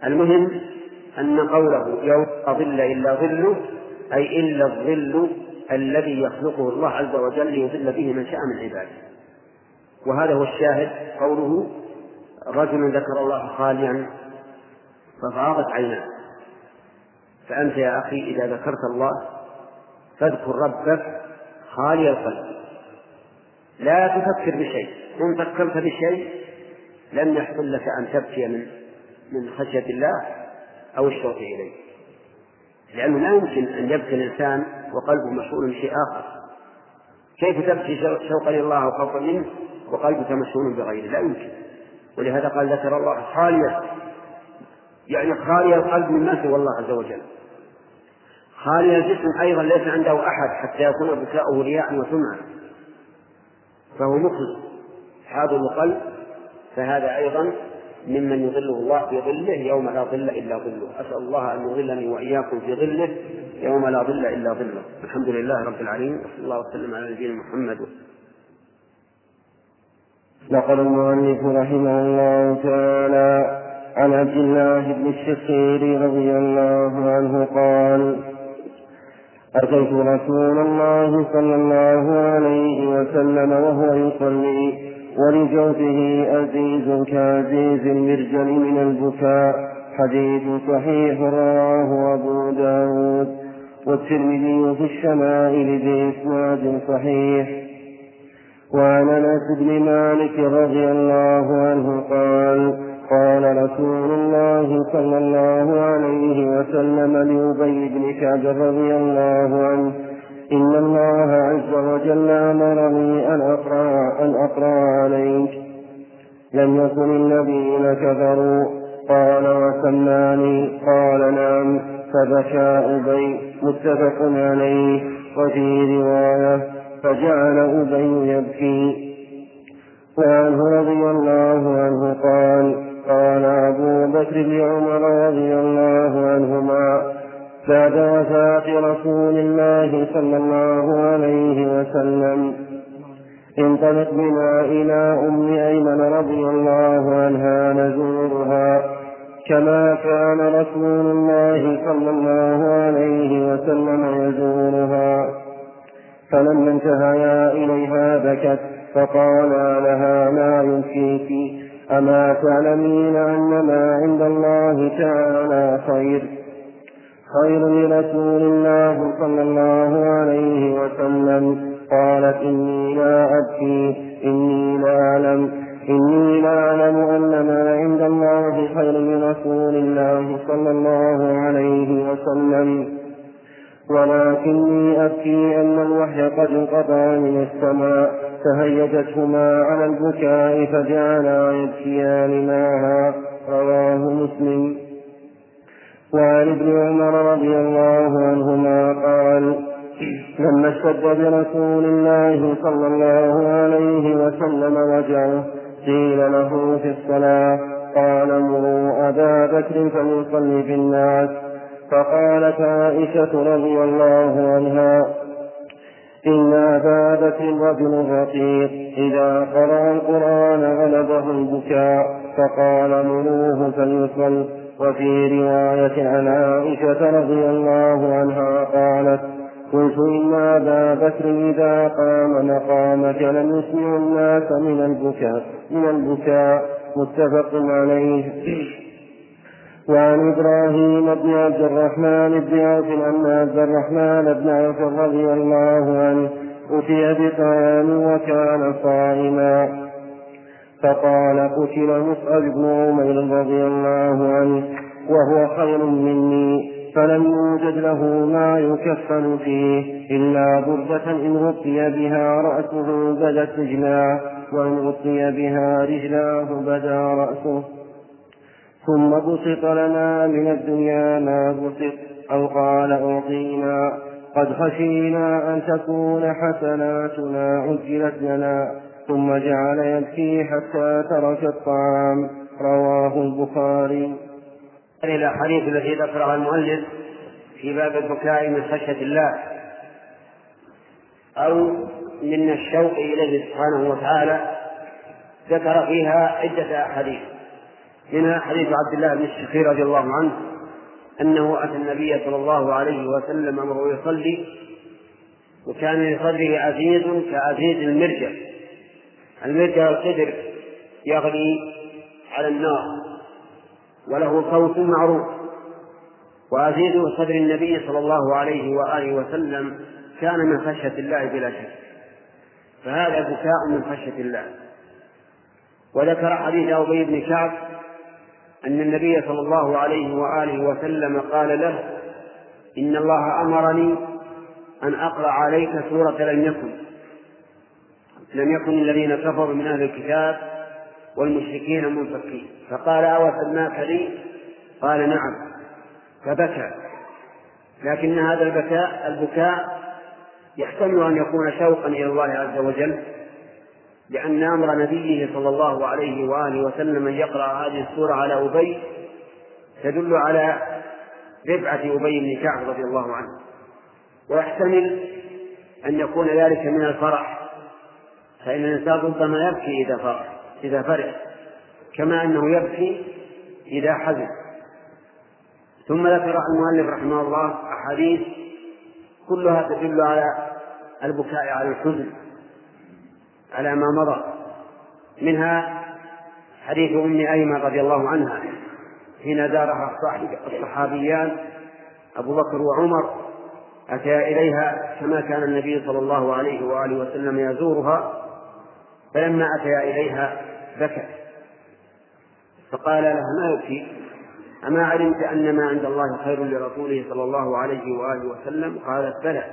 [SPEAKER 4] المهم أن قوله يوم ظل إلا ظله أي إلا الظل الذي يخلقه الله عز وجل ليضل به من شاء من عباده. وهذا هو الشاهد قوله: رجل ذكر الله خاليا ففاضت عيناه. فأنت يا أخي إذا ذكرت الله فاذكر ربك خالي القلب، لا تفكر بشيء. إن فكرت بشيء لم يحصل لك أن تبكي من من خشية الله أو الشوق إليه، لأنه لا يمكن أن يبكي الإنسان وقلبه مشغول بشيء آخر. كيف تبكي شوقا لله وخوفا منه وقلبك مشغول بغيره؟ لا يمكن. ولهذا قال ذكر الله خاليا، يعني خالي القلب من سوى الله عز وجل. خالي الجسم أيضا ليس عنده أحد حتى يكون بكاؤه رياء وسمعة، فهو مخلص حاضر القلب، فهذا أيضا ممن يظله الله في ظله يوم لا ظل إلا ظله. أسأل الله أن يظلني وإياكم في ظله يوم لا ظل إلا ظله. الحمد لله رب العالمين، وصلى الله وسلم على نبينا محمد.
[SPEAKER 3] نقل المؤلف رحمه الله تعالى عن عبد الله بن الشخير رضي الله عنه قال: أتيت رسول الله صلى الله عليه وسلم وهو يصلي ولجوفه أزيز كأزيز المرجل من البكاء. حديث صحيح رواه أبو داود والترمذي في الشمائل بإسناد صحيح. وعن أنس بن مالك رضي الله عنه قال: قال رسول الله صلى الله عليه وسلم لأبي بن كعب رضي الله عنه: إن الله عز وجل أمرني أن أقرأ, أن أقرأ عليك لم يكن الذين كفروا. قال: وسماني؟ قال: نعم. فبكى أبي. متفق عليه. وفي رواية: فجعل أبي يبكي. وعنه رضي الله عنه قال: قال أبو بكر لعمر رضي الله عنهما بعد وفاة رسول الله صلى الله عليه وسلم: انطلق بنا إلى أم أيمن رضي الله عنها نزورها كما كان رسول الله صلى الله عليه وسلم يزورها. فلما انتهيا إليها بكت، فقالا لها: ما يبكيك؟ أما تعلمين أن ما عند الله تعالى خير خير لرسول الله صلى الله عليه وسلم؟ قالت: إني لا أبكي، إني لا أعلم إني لا أعلم أن ما عند الله خير لرسول الله صلى الله عليه وسلم، ولكني أبكي أن الوحي قد انقطع من السماء. فهيجتهما على البكاء فجعلا يبكيان معها. رواه مسلم. وعن ابن عمر رضي الله عنهما قال: لما اشتد برسول الله صلى الله عليه وسلم وجعه قيل له في الصلاة: قال: مروا أبا بكر فليصلي في الناس. فقالت عائشة رضي الله عنها: إن أبا بكر رجل رقيق إذا قرأ القرآن غلبه البكاء، فقال: مروه فليصل. وفي رواية عن عائشة رضي الله عنها قالت: قلت إن أبا بكر إذا قام مقامك لم يسمع الناس من البكاء من البكاء متفق عليه. وعن إبراهيم بن عبد الرحمن بن عوف أن عبد الرحمن بن عوف رضي الله عنه أتي بطعام وكان صائما، فقال: قتل مصعب بن عمير رضي الله عنه وهو خير مني، فلم يوجد له ما يكفن فيه إلا بردة إن غطي بها رأسه بدت رجلاه، وإن غطي بها رجلاه بدا رأسه. ثم بسط لنا من الدنيا ما بسط، أو قال: أعطينا. قد خشينا أن تكون حسناتنا عجلت لنا. ثم جعل يبكي حتى ترك الطعام. رواه البخاري.
[SPEAKER 4] إلى الحديث الذي ذكره المؤلف في باب البكاء من خشية الله أو من الشوق إليه سبحانه وتعالى، ذكر فيها عدة أحاديث، منها حديث عبد الله بن الشخير رضي الله عنه أنه أتى النبي صلى الله عليه وسلم وهو يصلي وكان لصدره عزيز كعزيز المرجل، المرجل القدر يغلي على النار وله صوت معروف. وعزيز صدر النبي صلى الله عليه وآله وسلم كان من خشية الله بلا شك، فهذا بكاء من خشية الله. وذكر حديث أبي بن كعب أن النبي صلى الله عليه وآله وسلم قال له: إن الله أمرني أن أقرأ عليك سورة لم يكن لم يكن الذين كفروا من أهل الكتاب والمشركين منفكين، فقال: أو سماك لي؟ قال: نعم. فبكى، لكن هذا البكاء البكاء يحتمل أن يكون شوقا إلى الله عز وجل، لأن أمر نبيه صلى الله عليه وآله وسلم أن يقرأ هذه السورة على أبي تدل على رفعة أبي بن كعب رضي الله عنه. ويحتمل أن يكون ذلك من الفرح، فإن الإنسان ربما يبكي إذا فرح إذا فرح كما أنه يبكي إذا حزن. ثم ذكر المؤلف رحمه الله أحاديث كلها تدل على البكاء على الحزن على ما مضى، منها حديث أم أيمن رضي الله عنها حين زارها الصحابيان أبو بكر وعمر، أتى إليها كما كان النبي صلى الله عليه وآله وسلم يزورها، فلما أتى إليها بكت، فقال لها: ما يبكي؟ أما علمت أن ما عند الله خير لرسوله صلى الله عليه وآله وسلم؟ قالت: بلى.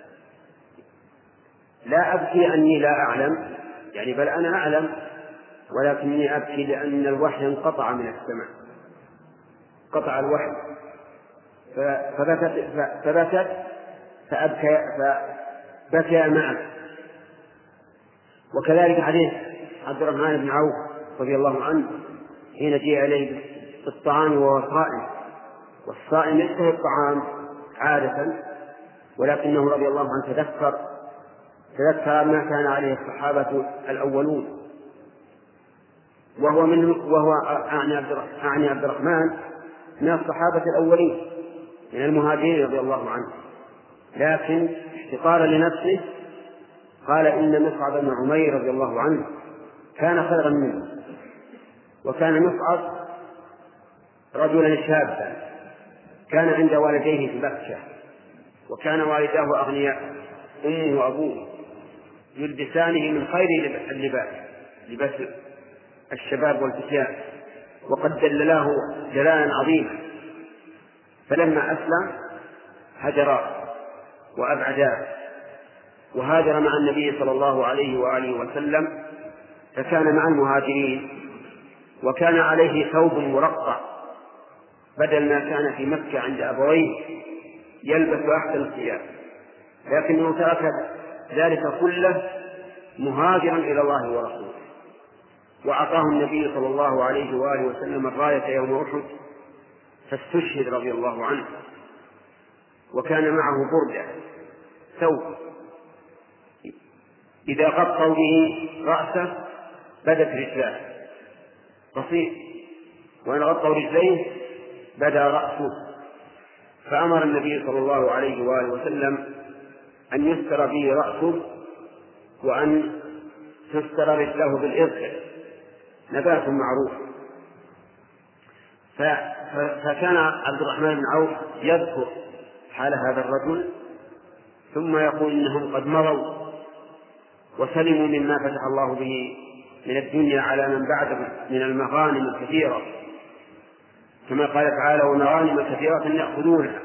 [SPEAKER 4] لا أبكي أني لا أعلم، يعني بل أنا أعلم، ولكني أبكي لأن الوحي انقطع من السماء، قطع الوحي. فبكت فبكت فأبكى فبكى معه. وكذلك حديث عبد الرحمن بن عوف رضي الله عنه حين جاء إليه بالطعام وهو صائم، والصائم يشتهي الطعام عادة، ولكنه رضي الله عنه تذكر تذكر ما كان عليه الصحابة الأولون، وهو من وهو أعني عبد الرحمن من الصحابة الأولين من المهاجرين رضي الله عنه، لكن احتقارا لنفسه قال: إن مصعب بن عمير رضي الله عنه كان خيرا منه. وكان مصعب رجلا شابا كان عند والديه في مكة، وكان والداه أغنياء، أمه وأبوه يلبسانه من خير اللباس، لباس الشباب والفتيان، وقد دللاه جلالا عظيما. فلما أسلم هجرا وأبعدا، وهاجر مع النبي صلى الله عليه وآله وسلم، فكان مع المهاجرين، وكان عليه ثوب مرقع بدل ما كان في مكة عند أبويه يلبس أحسن الثياب، لكنه ترك ذلك كله مهاجرا إلى الله ورسوله. وأعطاه النبي صلى الله عليه وآله وسلم الراية يوم أحد فاستشهد رضي الله عنه، وكان معه بردة ثوب إذا غطوا به رأسه بدت رجلاه بسيط، وإن غطوا رجليه بدا رأسه. فأمر النبي صلى الله عليه وآله وسلم أن يستر به رأسه وأن تستر رجله بالإذخر، نبات معروف. فكان عبد الرحمن بن عوف يذكر حال هذا الرجل ثم يقول إنهم قد مضوا وسلموا مما فتح الله به من الدنيا على من بعدهم من المغانم الكثيرة، كما قال تعالى: ومغانم كثيرة يأخذونها.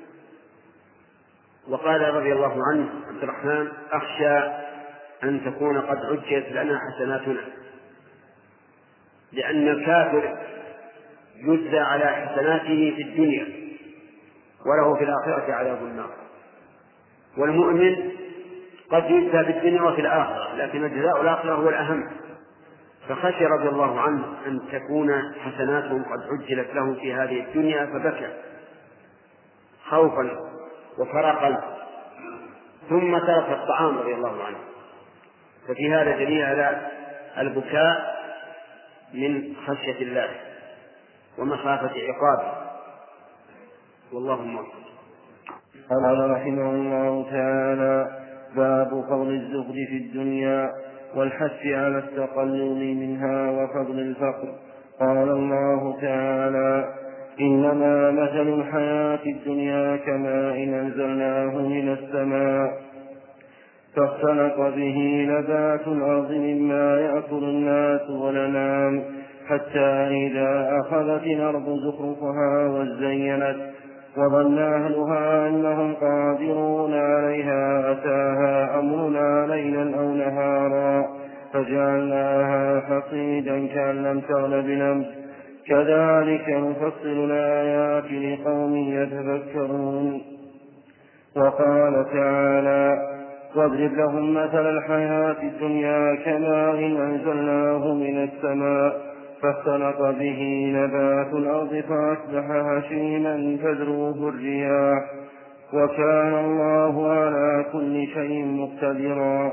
[SPEAKER 4] وقال رضي الله عنه عبد الرحمن: أخشى أن تكون قد عجلت لنا حسناتنا، لأن الكافر يجزى على حسناته في الدنيا وله في الآخرة عذاب النار، والمؤمن قد يجزى في الدنيا وفي الآخرة، لكن الجزاء الآخرة هو الأهم. فخشي رضي الله عنه أن تكون حسناتهم قد عجلت له في هذه الدنيا، فبكى خوفا وفرقا، ثم ترك الطعام رضي الله عنه. ففي هذا دليل على البكاء من خشية الله ومخافة عقابه، والله موفق.
[SPEAKER 3] قال رحمه الله تعالى: باب فضل الزهد في الدنيا والحث على التقلل منها وفضل الفقر. قال الله تعالى: إنما مثل الحياة الدنيا كماء أنزلناه من السماء فاختلط به نبات الأرض مما يأكل الناس والأنعام حتى إذا أخذت الأرض زخرفها وزينت وظن أهلها أنهم قادرون عليها أتاها أمرنا ليلا أو نهارا فجعلناها حصيدا كأن لم تغن بالأمس كذلك نفصل الآيات لقوم يتفكرون. وقال تعالى: واضرب لهم مثل الحياة الدنيا كماء أنزلناه من السماء فاختلط به نبات الأرض فأصبح هشيما تذروه الرياح وكان الله على كل شيء مقتدرا.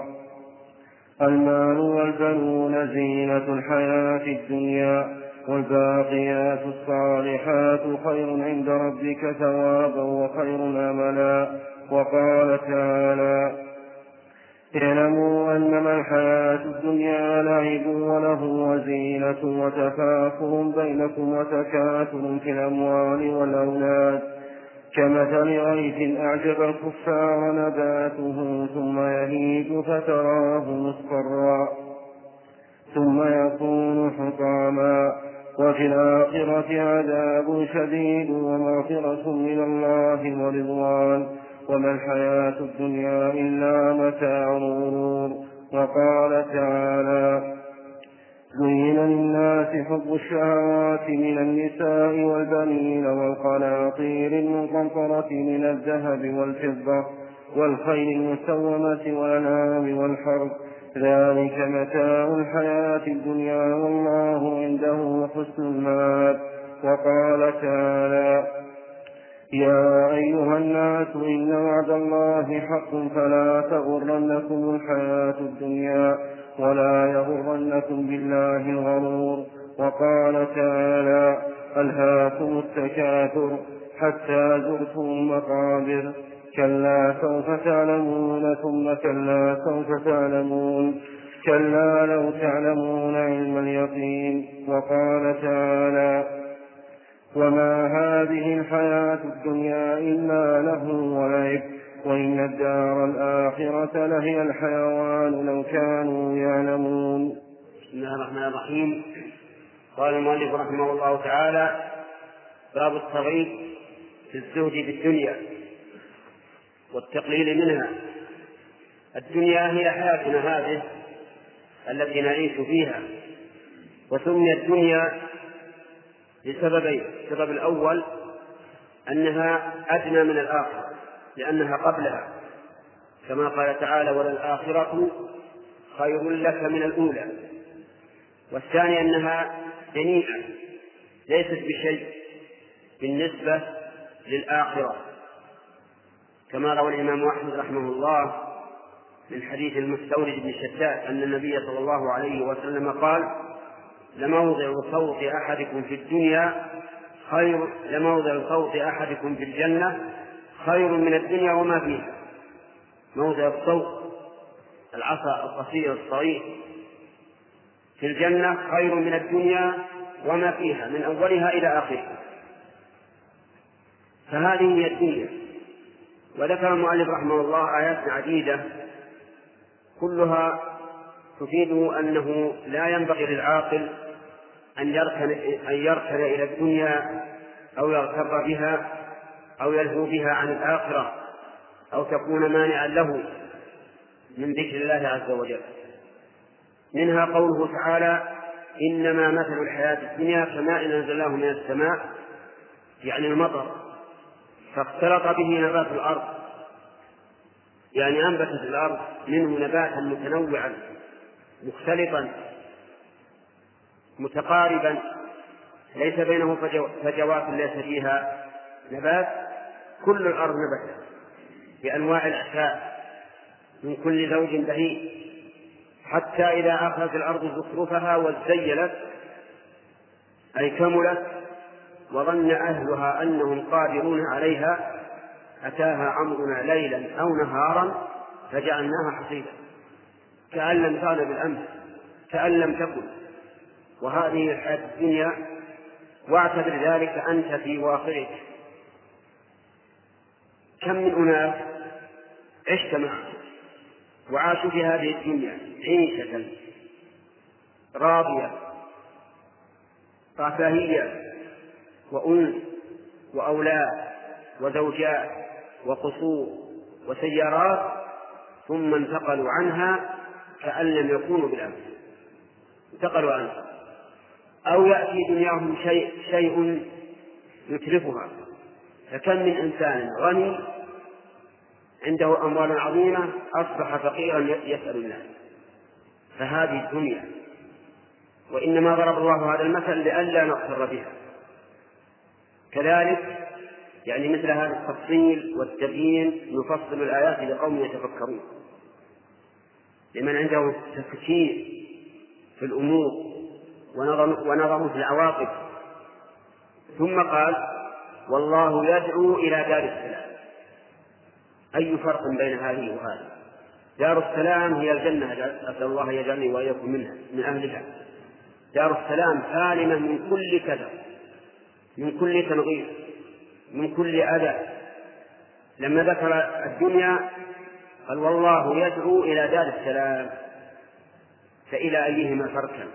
[SPEAKER 3] المال والبنون زينة الحياة الدنيا والباقيات الصالحات خير عند ربك ثوابا وخير أملا. وقال تعالى: اعلموا أنما الحياة الدنيا لعب وله وزينة وتفاخر بينكم وتكاثر في الأموال والأولاد كمثل غيث أعجب الكفار نباته ثم يهيج فتراه مصفرا ثم يكون حطاما وفي الآخرة عذاب شديد ومغفرة من الله ورضوان وما الحياة الدنيا إلا متاع الغرور. وقال تعالى: زين للناس حب الشهوات من النساء والبنين والقناطير المقنطرة من الذهب والفضة والخيل المسومة والأنعام والحرث ذلك متاع الحياة الدنيا والله عنده حسن المآب. وقال تعالى: يا أيها الناس إن وعد الله حق فلا تغرنكم الحياة الدنيا ولا يغرنكم بالله الغرور. وقال تعالى: ألهاكم التكاثر حتى زرتم المقابر كلا سوف تعلمون ثم كلا سوف تعلمون كلا لو تعلمون علم اليقين. وقال تعالى: وما هذه الحياة الدنيا إلا لهو ولعب وإن الدار الآخرة لهي الحيوان لو كانوا يعلمون.
[SPEAKER 4] بسم الله الرحمن الرحيم. قال المؤلف رحمه الله تعالى: باب الترغيب في الزهد في الدنيا والتقليل منها. الدنيا هي حياتنا هذه التي نعيش فيها، وسميت الدنيا لسببين: السبب الأول أنها أدنى من الآخرة لأنها قبلها، كما قال تعالى: وللآخرة خير لك من الأولى. والثاني أنها دنيئة ليست بشيء بالنسبة للآخرة، كما روى الإمام أحمد رحمه الله من حديث المستورد بن شداد أن النبي صلى الله عليه وسلم قال: لموضع صوت أحدكم في الدنيا خير لموضع صوت أحدكم في الجنة خير من الدنيا وما فيها. موضع الصوت العصا القصير الصغير في الجنة خير من الدنيا وما فيها من أولها إلى آخرها. فهذه هي الدنيا. وذكر المؤلف رحمه الله آيات عديدة كلها تفيد أنه لا ينبغي للعاقل أن يركن, أن يركن إلى الدنيا أو يغتر بها أو يلهو بها عن الآخرة أو تكون مانعا له من ذكر الله عز وجل. منها قوله تعالى: إنما مثل الحياة الدنيا كماء أنزلناه من السماء، يعني المطر، فاختلط به نبات الأرض، يعني أنبتت الأرض منه نباتا متنوعا مختلطا متقاربا ليس بينه فجوات ليس فيها نبات. كل الأرض نبتت بأنواع الأشياء من كل زوج بهيج، حتى إذا أخذت الأرض زخرفها وزينت أي كملت وظن أهلها أنهم قادرون عليها أتاها أمرنا ليلا أو نهارا فجعلناها حصيدا كأن لم تغن بالأمس، كأن لم تكن. وهذه الحياة الدنيا، واعتبر ذلك أنت في واقعك. كم من أناس عشت معهم وعاشوا في هذه الدنيا عيشة راضية رفاهية وأنس وأولاد وزوجات وقصور وسيارات، ثم انتقلوا عنها كأن لم يكونوا بالأمس، انتقلوا عنها. أو يأتي دنياهم شيء, شيء يترفها. فكم من إنسان غني عنده أموال عظيمة أصبح فقيرا يسأل الناس. فهذه الدنيا، وإنما ضرب الله هذا المثل لئلا نغتر بها. كذلك يعني مثل هذا التفصيل والتبيين نفصل الآيات لقوم يتفكرون، لمن عنده تفكير في الأمور ونظر في العواقب. ثم قال: والله يدعو إلى دار السلام. أي فرق بين هذه وهذه؟ دار السلام هي الجنة، أسأل الله يجعلني وإياكم منها من أهلها. دار السلام سالمة من كل كدر، من كل تنغيص، من كل أذى. لما ذكر الدنيا قال: والله يدعو إلى دار السلام. فإلى أيهما تركن؟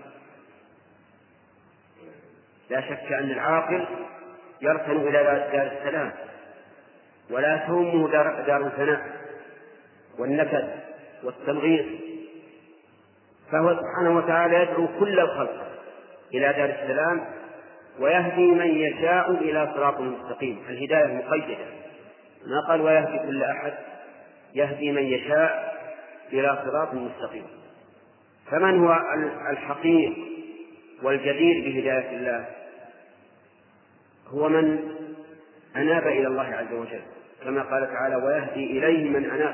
[SPEAKER 4] لا شك أن العاقل يركن إلى دار السلام، ولا تهمه دار, دار الفناء والنكد والتنغيص. فهو سبحانه وتعالى يدعو كل الخلق إلى دار السلام، ويهدي من يشاء إلى صراط مستقيم. الهداية مقيدة، ما قال ويهدي كل أحد، يهدي من يشاء إلى صراط مستقيم. فمن هو الحقيق والجدير بهداية الله؟ هو من أناب إلى الله عز وجل، كما قال تعالى: ويهدي إليه من أناب.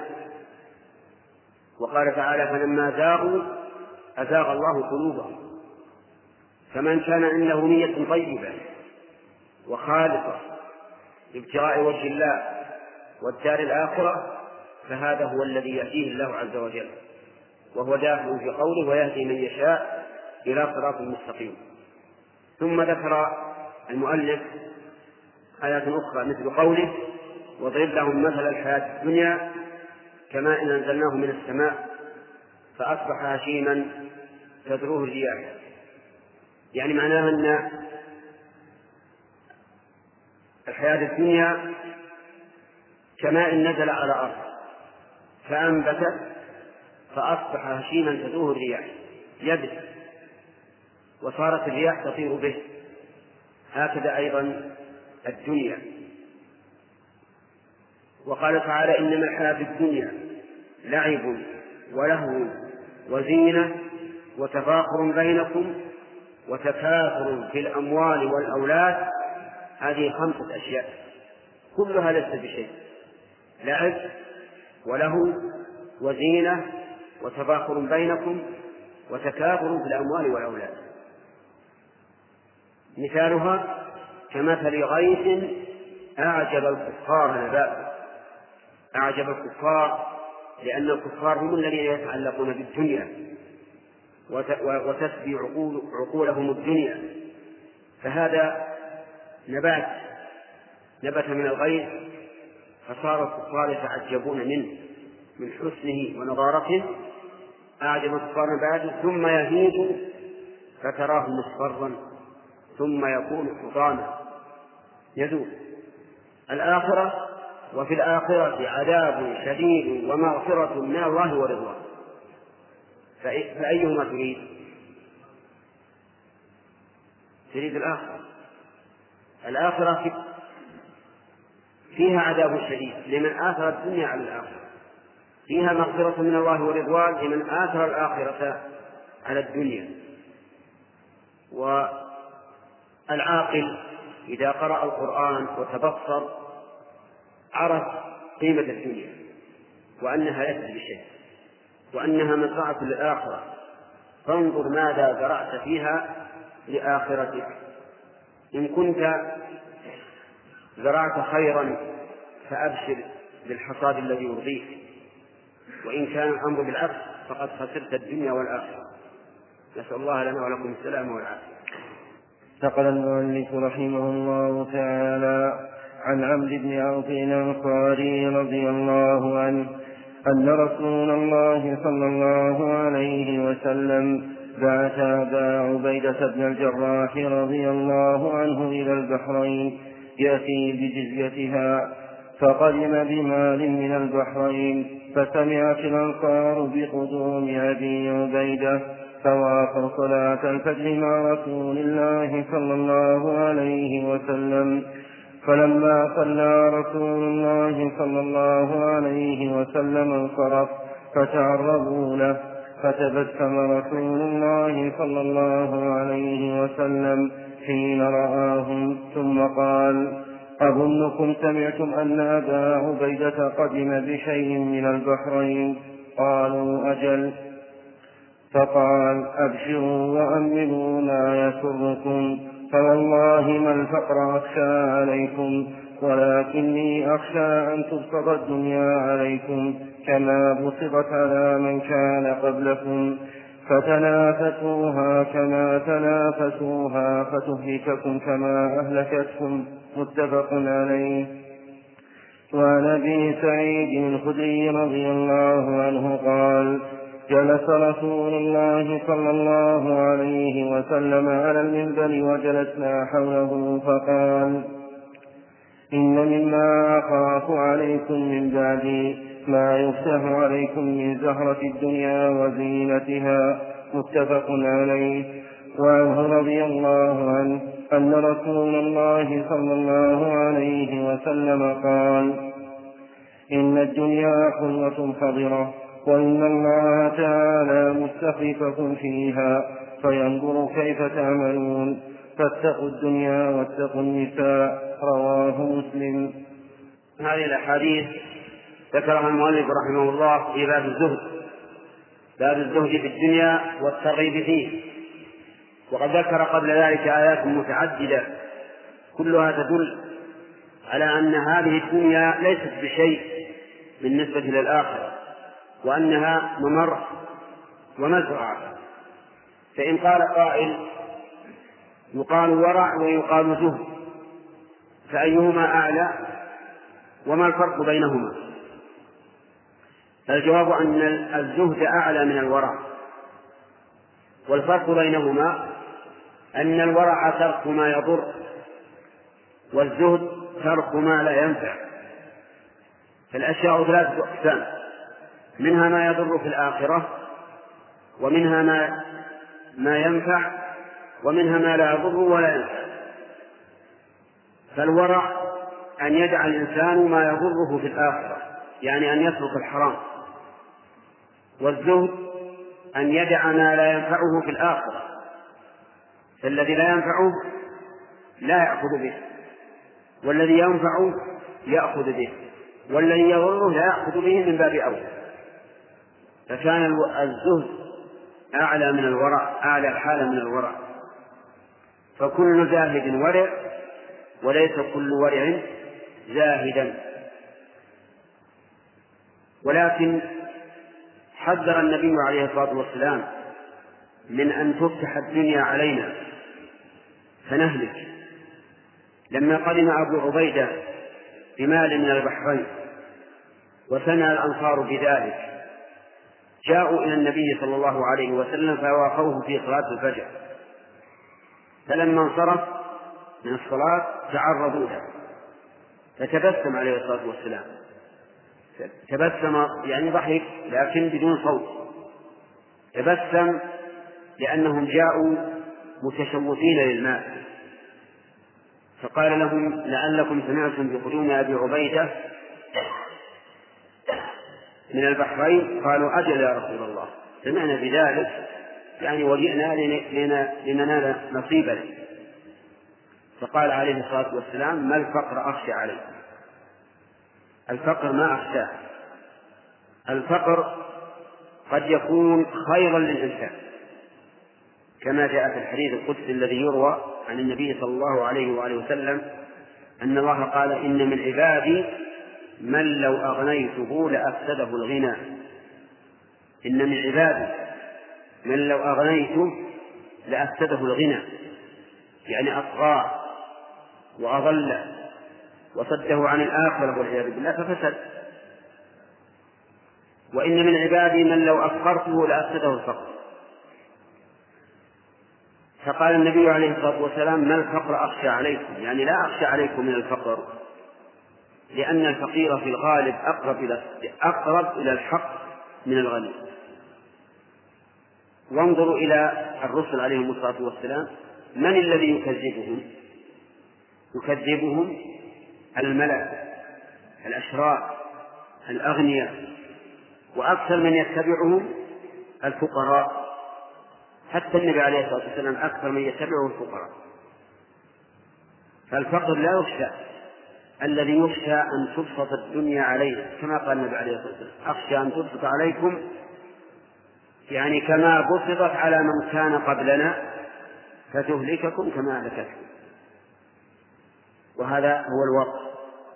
[SPEAKER 4] وقال تعالى: فلما زاغوا أزاغ الله قلوبهم. فمن كان عنده نية طيبة وخالصة ابتغاء وجه الله والدار الآخرة، فهذا هو الذي يهديه الله عز وجل، وهو داخل في قوله: ويهدي من يشاء إلى صراط مستقيم. ثم ذكر المؤلف آيات أخرى مثل قوله: واضرب لهم مثل الحياة الدنيا كماء إن أنزلناه من السماء فأصبح هشيما تذروه الرياح. يعني معناها أن الحياة الدنيا كماء نزل على أرض فأنبتت فأصبح هشيما تذروه الرياح، يبس وصارت الرياح تطير به. هكذا أيضا الدنيا. وقال تعالى: إنما الحياة الدنيا لعب ولهو وزينة وتفاخر بينكم وتكاثر في الأموال والأولاد. هذه خمسة أشياء كلها ليست بشيء: لعب ولهو وزينة وتفاخر بينكم وتكاثر في الأموال والأولاد. مثالها كمثل غيث أعجب الكفار نباته. أعجب الكفار لأن الكفار هم الذين يتعلقون بالدنيا وتسبي عقول عقولهم الدنيا. فهذا نبات نبت من الغيث فصار الكفار يتعجبون منه من حسنه ونضارته. أعجب الكفار نباته ثم يهيج فتراه مصفرا ثم يكون حطاما يذوب. الآخرة: وفي الآخرة عذاب شديد ومغفرة من الله ورضوان. فأيهما تريد؟ تريد الآخرة. الآخرة فيها عذاب شديد لمن آثر الدنيا على الآخرة، فيها مغفرة من الله ورضوان لمن آثر الآخرة على الدنيا. والعاقل إذا قرأ القرآن وتبصر عرف قيمة الدنيا وأنها ليست بشيء وأنها منفعة للآخرة. فانظر ماذا زرعت فيها لآخرتك. إن كنت زرعت خيرا فأبشر بالحصاد الذي يرضيك، وإن كان الأمر بالعكس فقد خسرت الدنيا والآخرة. نسأل الله لنا ولكم السلام والعافية.
[SPEAKER 3] نقل المؤلف رحمه الله تعالى عن عمرو بن عوف الأنصاري رضي الله عنه أن رسول الله صلى الله عليه وسلم بعث أبا عبيدة بن الجراح رضي الله عنه إلى البحرين يأتي بجزيتها، فقدم بمال من البحرين، فسمعت الأنصار بقدوم أبي عبيدة فوافوا صلاة الفجر مع رسول الله صلى الله عليه وسلم. فلما صلى رسول الله صلى الله عليه وسلم انصرف فتعرضوا له، فتبسم رسول الله صلى الله عليه وسلم حين رآهم ثم قال: أظنكم سمعتم أن أبا عبيدة قدم بشيء من البحرين؟ قالوا: أجل. فقال: أبشروا وأملوا ما يسركم، فوالله ما الفقر أخشى عليكم، ولكني أخشى أن تبسط الدنيا عليكم كما بسطت على من كان قبلكم، فتنافسوها كما تنافسوها فتهلككم كما أهلكتكم. متفق عليه. وعن أبي سعيد الخدري رضي الله عنه قال: جلس رسول الله صلى الله عليه وسلم على المنبر وجلسنا حوله، فقال: إن مما أخاف عليكم من بعدي ما يفتح عليكم من زهرة الدنيا وزينتها. متفق عليه. وعنه رضي الله عنه أن رسول الله صلى الله عليه وسلم قال: إن الدنيا حلوة خضرة، وإن الله تعالى مستخلفكم فيها فينظر كيف تعملون، فاتقوا الدنيا واتقوا النساء. رواه مسلم.
[SPEAKER 4] هذه الأحاديث ذكرها المؤلف رحمه الله في باب الزهد، باب الزهد في الدنيا والترغيب فيه. وقد ذكر قبل ذلك آيات متعددة كلها تدل على أن هذه الدنيا ليست بشيء بالنسبة للآخرة، وأنها ممر ومزرعة. فإن قال قائل: يقال ورع ويقال زهد، فأيهما أعلى وما الفرق بينهما؟ الجواب أن الزهد أعلى من الورع، والفرق بينهما أن الورع ترك ما يضر، والزهد ترك ما لا ينفع. فالأشياء ثلاثة أقسام: منها ما يضر في الآخرة، ومنها ما, ما ينفع، ومنها ما لا يضر ولا ينفع. فالورع أن يدع الإنسان ما يضره في الآخرة، يعني أن يترك الحرام. والزهد أن يدع ما لا ينفعه في الآخرة، فالذي لا ينفعه لا يأخذ به، والذي ينفعه يأخذ به، والذي يضره لا يأخذ به من باب أولى. فكان الزهد أعلى من الورع، أعلى حالة من الورع. فكل زاهد ورع، وليس كل ورع زاهدا. ولكن حذر النبي عليه الصلاة والسلام من أن تفتح الدنيا علينا فنهلك. لما قدم أبو عبيدة بمال من البحرين وسمع الأنصار بذلك، جاءوا إلى النبي صلى الله عليه وسلم فوافوه في صلاة الفجر، فلما انصرف من الصلاة تعرضوا له، فتبسم عليه الصلاة والسلام. تبسم يعني ضحك لكن بدون صوت. تبسم لأنهم جاءوا متشوفين للمال، فقال لهم: لعلكم سمعتم بقدوم أبي عبيدة من البحرين؟ قالوا: أجل يا رسول الله، سمعنا بذلك، يعني وجئنا لننال نصيبنا. فقال عليه الصلاة والسلام: ما الفقر أخشى عليكم؟ الفقر ما أخشاه. الفقر قد يكون خيرا للإنسان، كما جاء في الحديث القدسي الذي يروى عن النبي صلى الله عليه وآله وسلم أن الله قال: إن من عبادي من لو أغنيته لأفسده الغنى إن من عبادي من لو أغنيته لأفسده الغنى، يعني أطغاه وأضله وصده عن الآخرة والعياذ بالله ففسد. وإن من عبادي من لو أفقرته لأفسده الفقر. فقال النبي عليه الصلاة والسلام ما الفقر أخشى عليكم، يعني لا أخشى عليكم من الفقر، لأن الفقير في الغالب أقرب إلى أقرب إلى الحق من الغني. وانظروا إلى الرسل عليهم الصلاة والسلام، من الذي يكذبهم؟ يكذبهم الملأ الأشراف الأغنياء، وأكثر من يتبعهم الفقراء. حتى النبي عليه الصلاة والسلام أكثر من يتبعه الفقراء. فالفقر لا يخشى، الذي يخشى أن تبسط الدنيا عليه، كما قال النبي عليه الصلاة والسلام أخشى أن تبسط عليكم، يعني كما بسطت على من كان قبلنا فتهلككم كما أهلكتكم. وهذا هو الواقع.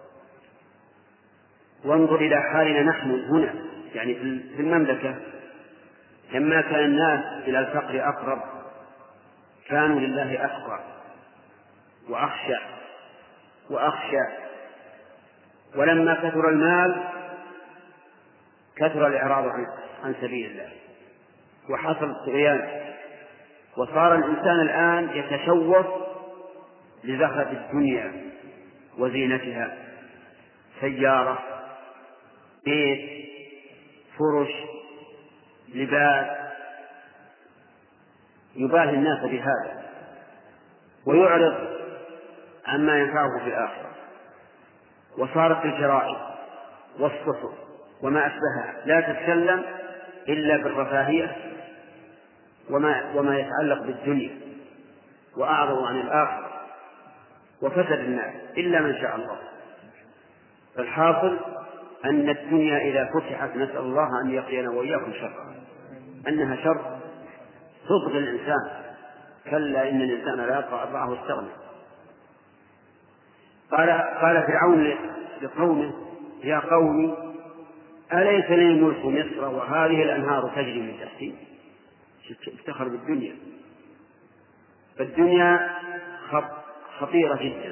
[SPEAKER 4] وانظر إلى حالنا نحن هنا، يعني في المملكة، لما كان الناس إلى الفقر أقرب كانوا لله أتقى وأخشى وأخشى، ولما كثر المال كثر الإعراض عن سبيل الله وحصل الطغيان، وصار الإنسان الآن يتشوف لزخرة الدنيا وزينتها، سيارة، بيت، فرش، لباس، يباهي الناس بهذا ويعرض عما ينفعه في الآخرة. وصارت الجرائد والصحف وما أشبهها لا تتكلم إلا بالرفاهية وما, وما يتعلق بالدنيا، وأعرضوا عن الآخرة وفسد الناس إلا من شاء الله. فالحاصل أن الدنيا إذا فتحت نسأل الله أن يقينا وإياكم شرها، أنها شر تضغي الإنسان. كلا إن الإنسان لا يطغى أن رآه استغنى. قال قال فرعون لقومه يا قوم أليس لي ملك مصر وهذه الأنهار تجري من تحتي. افتخر بالدنيا. فالدنيا خطيرة جدا.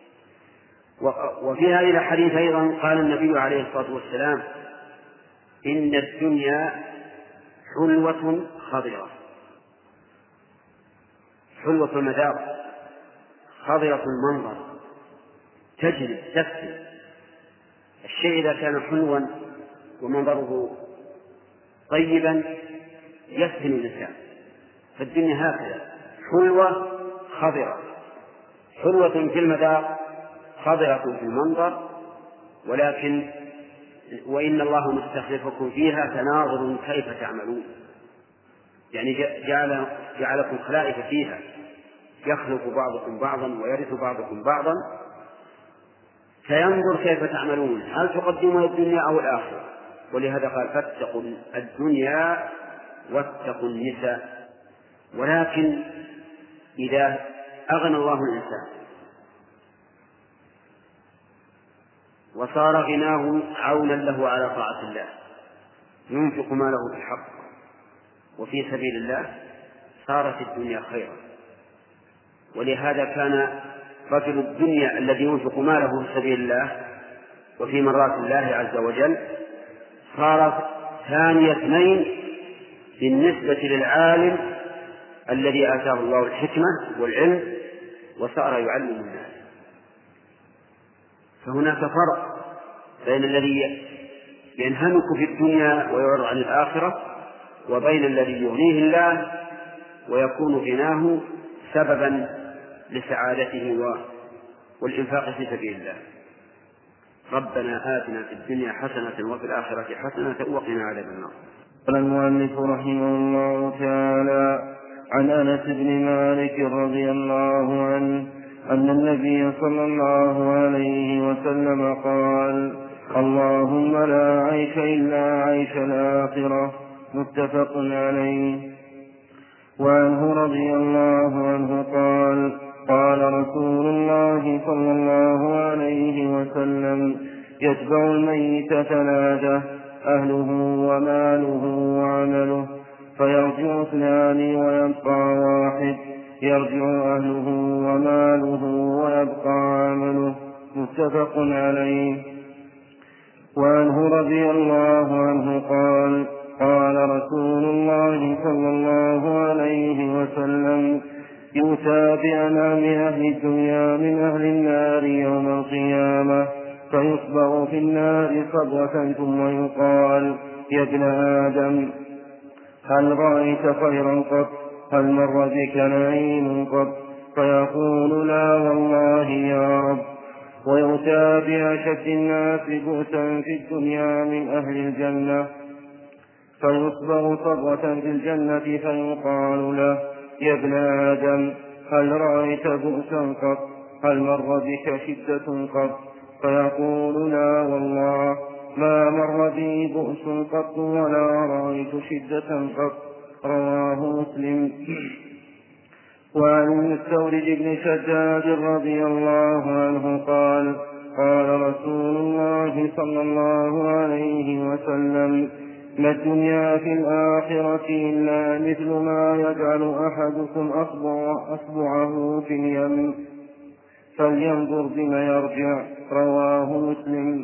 [SPEAKER 4] وفي هذه الحديث أيضا قال النبي عليه الصلاة والسلام إن الدنيا حلوة خضرة، حلوة المذاق، خضرة المنظر، تجري تفسد. الشيء إذا كان حلوا ومنظره طيبا يسكن الإنسان. فالدنيا هكذا حلوة خضرة، حلوة في المذاق خضرة في المنظر، ولكن وإن الله مستخلفكم فيها فناظر كيف تعملون، يعني جعل جعلكم خلائف فيها، يخلق بعضكم بعضا ويرث بعضكم بعضا، فينظر كيف تعملون هل تقدمون الدنيا أو الآخرة. ولهذا قال فاتقوا الدنيا واتقوا النساء. ولكن إذا أغنى الله الإنسان وصار غناه عونا له على طاعة الله، ينفق ماله في الحق وفي سبيل الله، صارت الدنيا خيرا. ولهذا كان رجل الدنيا الذي ينفق ماله في سبيل الله وفي مرات الله عز وجل صار ثاني اثنين بالنسبة للعالم الذي آتاه الله الحكمة والعلم وصار يعلم الناس. فهناك فرق بين الذي ينهمك في الدنيا ويعرض عن الآخرة وبين الذي يغنيه الله ويكون غناه سببا لسعادته والإنفاق في سبيل الله. ربنا آتنا في الدنيا حسنة وفي الآخرة حسنة وقنا عذاب النار.
[SPEAKER 3] قال المؤلف رحمه الله تعالى عن أنس بن مالك رضي الله عنه أن النبي صلى الله عليه وسلم قال اللهم لا عيش إلا عيش الآخرة، متفق عليه. وعنه رضي الله عنه قال قال رسول الله صلى الله عليه وسلم يتبع الميت ثلاثة: أهله وماله وعمله، فيرجع اثنان ويبقى واحد، يرجع أهله وماله ويبقى عمله. متفق عليه. وعنه رضي الله عنه قال: قال رسول الله صلى الله عليه وسلم: يؤتى بأنعم أهل الدنيا من أهل النار يوم القيامة، فيصبغ في النار صبغة ثم يقال: يا ابن آدم هل رأيت خيرا قط؟ هل مر بك نعيم قط؟ فيقول: لا والله يا رب. ويؤتى بأشد الناس بؤسا في الدنيا من أهل الجنة، فيصبغ صبغة في الجنة فيقال له: يا ابن آدم هل رأيت بؤسا قط؟ هل مر بك شدة قط؟ فيقول: لا والله ما مر بي بؤس قط ولا رأيت شدة قط. رواه مسلم. وعن المستورد بن شداد رضي الله عنه قال: قال رسول الله صلى الله عليه وسلم: ما الدنيا في الآخرة إلا مثل ما يجعل أحدكم أصبع أصبعه في اليم فلينظر بما يرجع. رواه مسلم.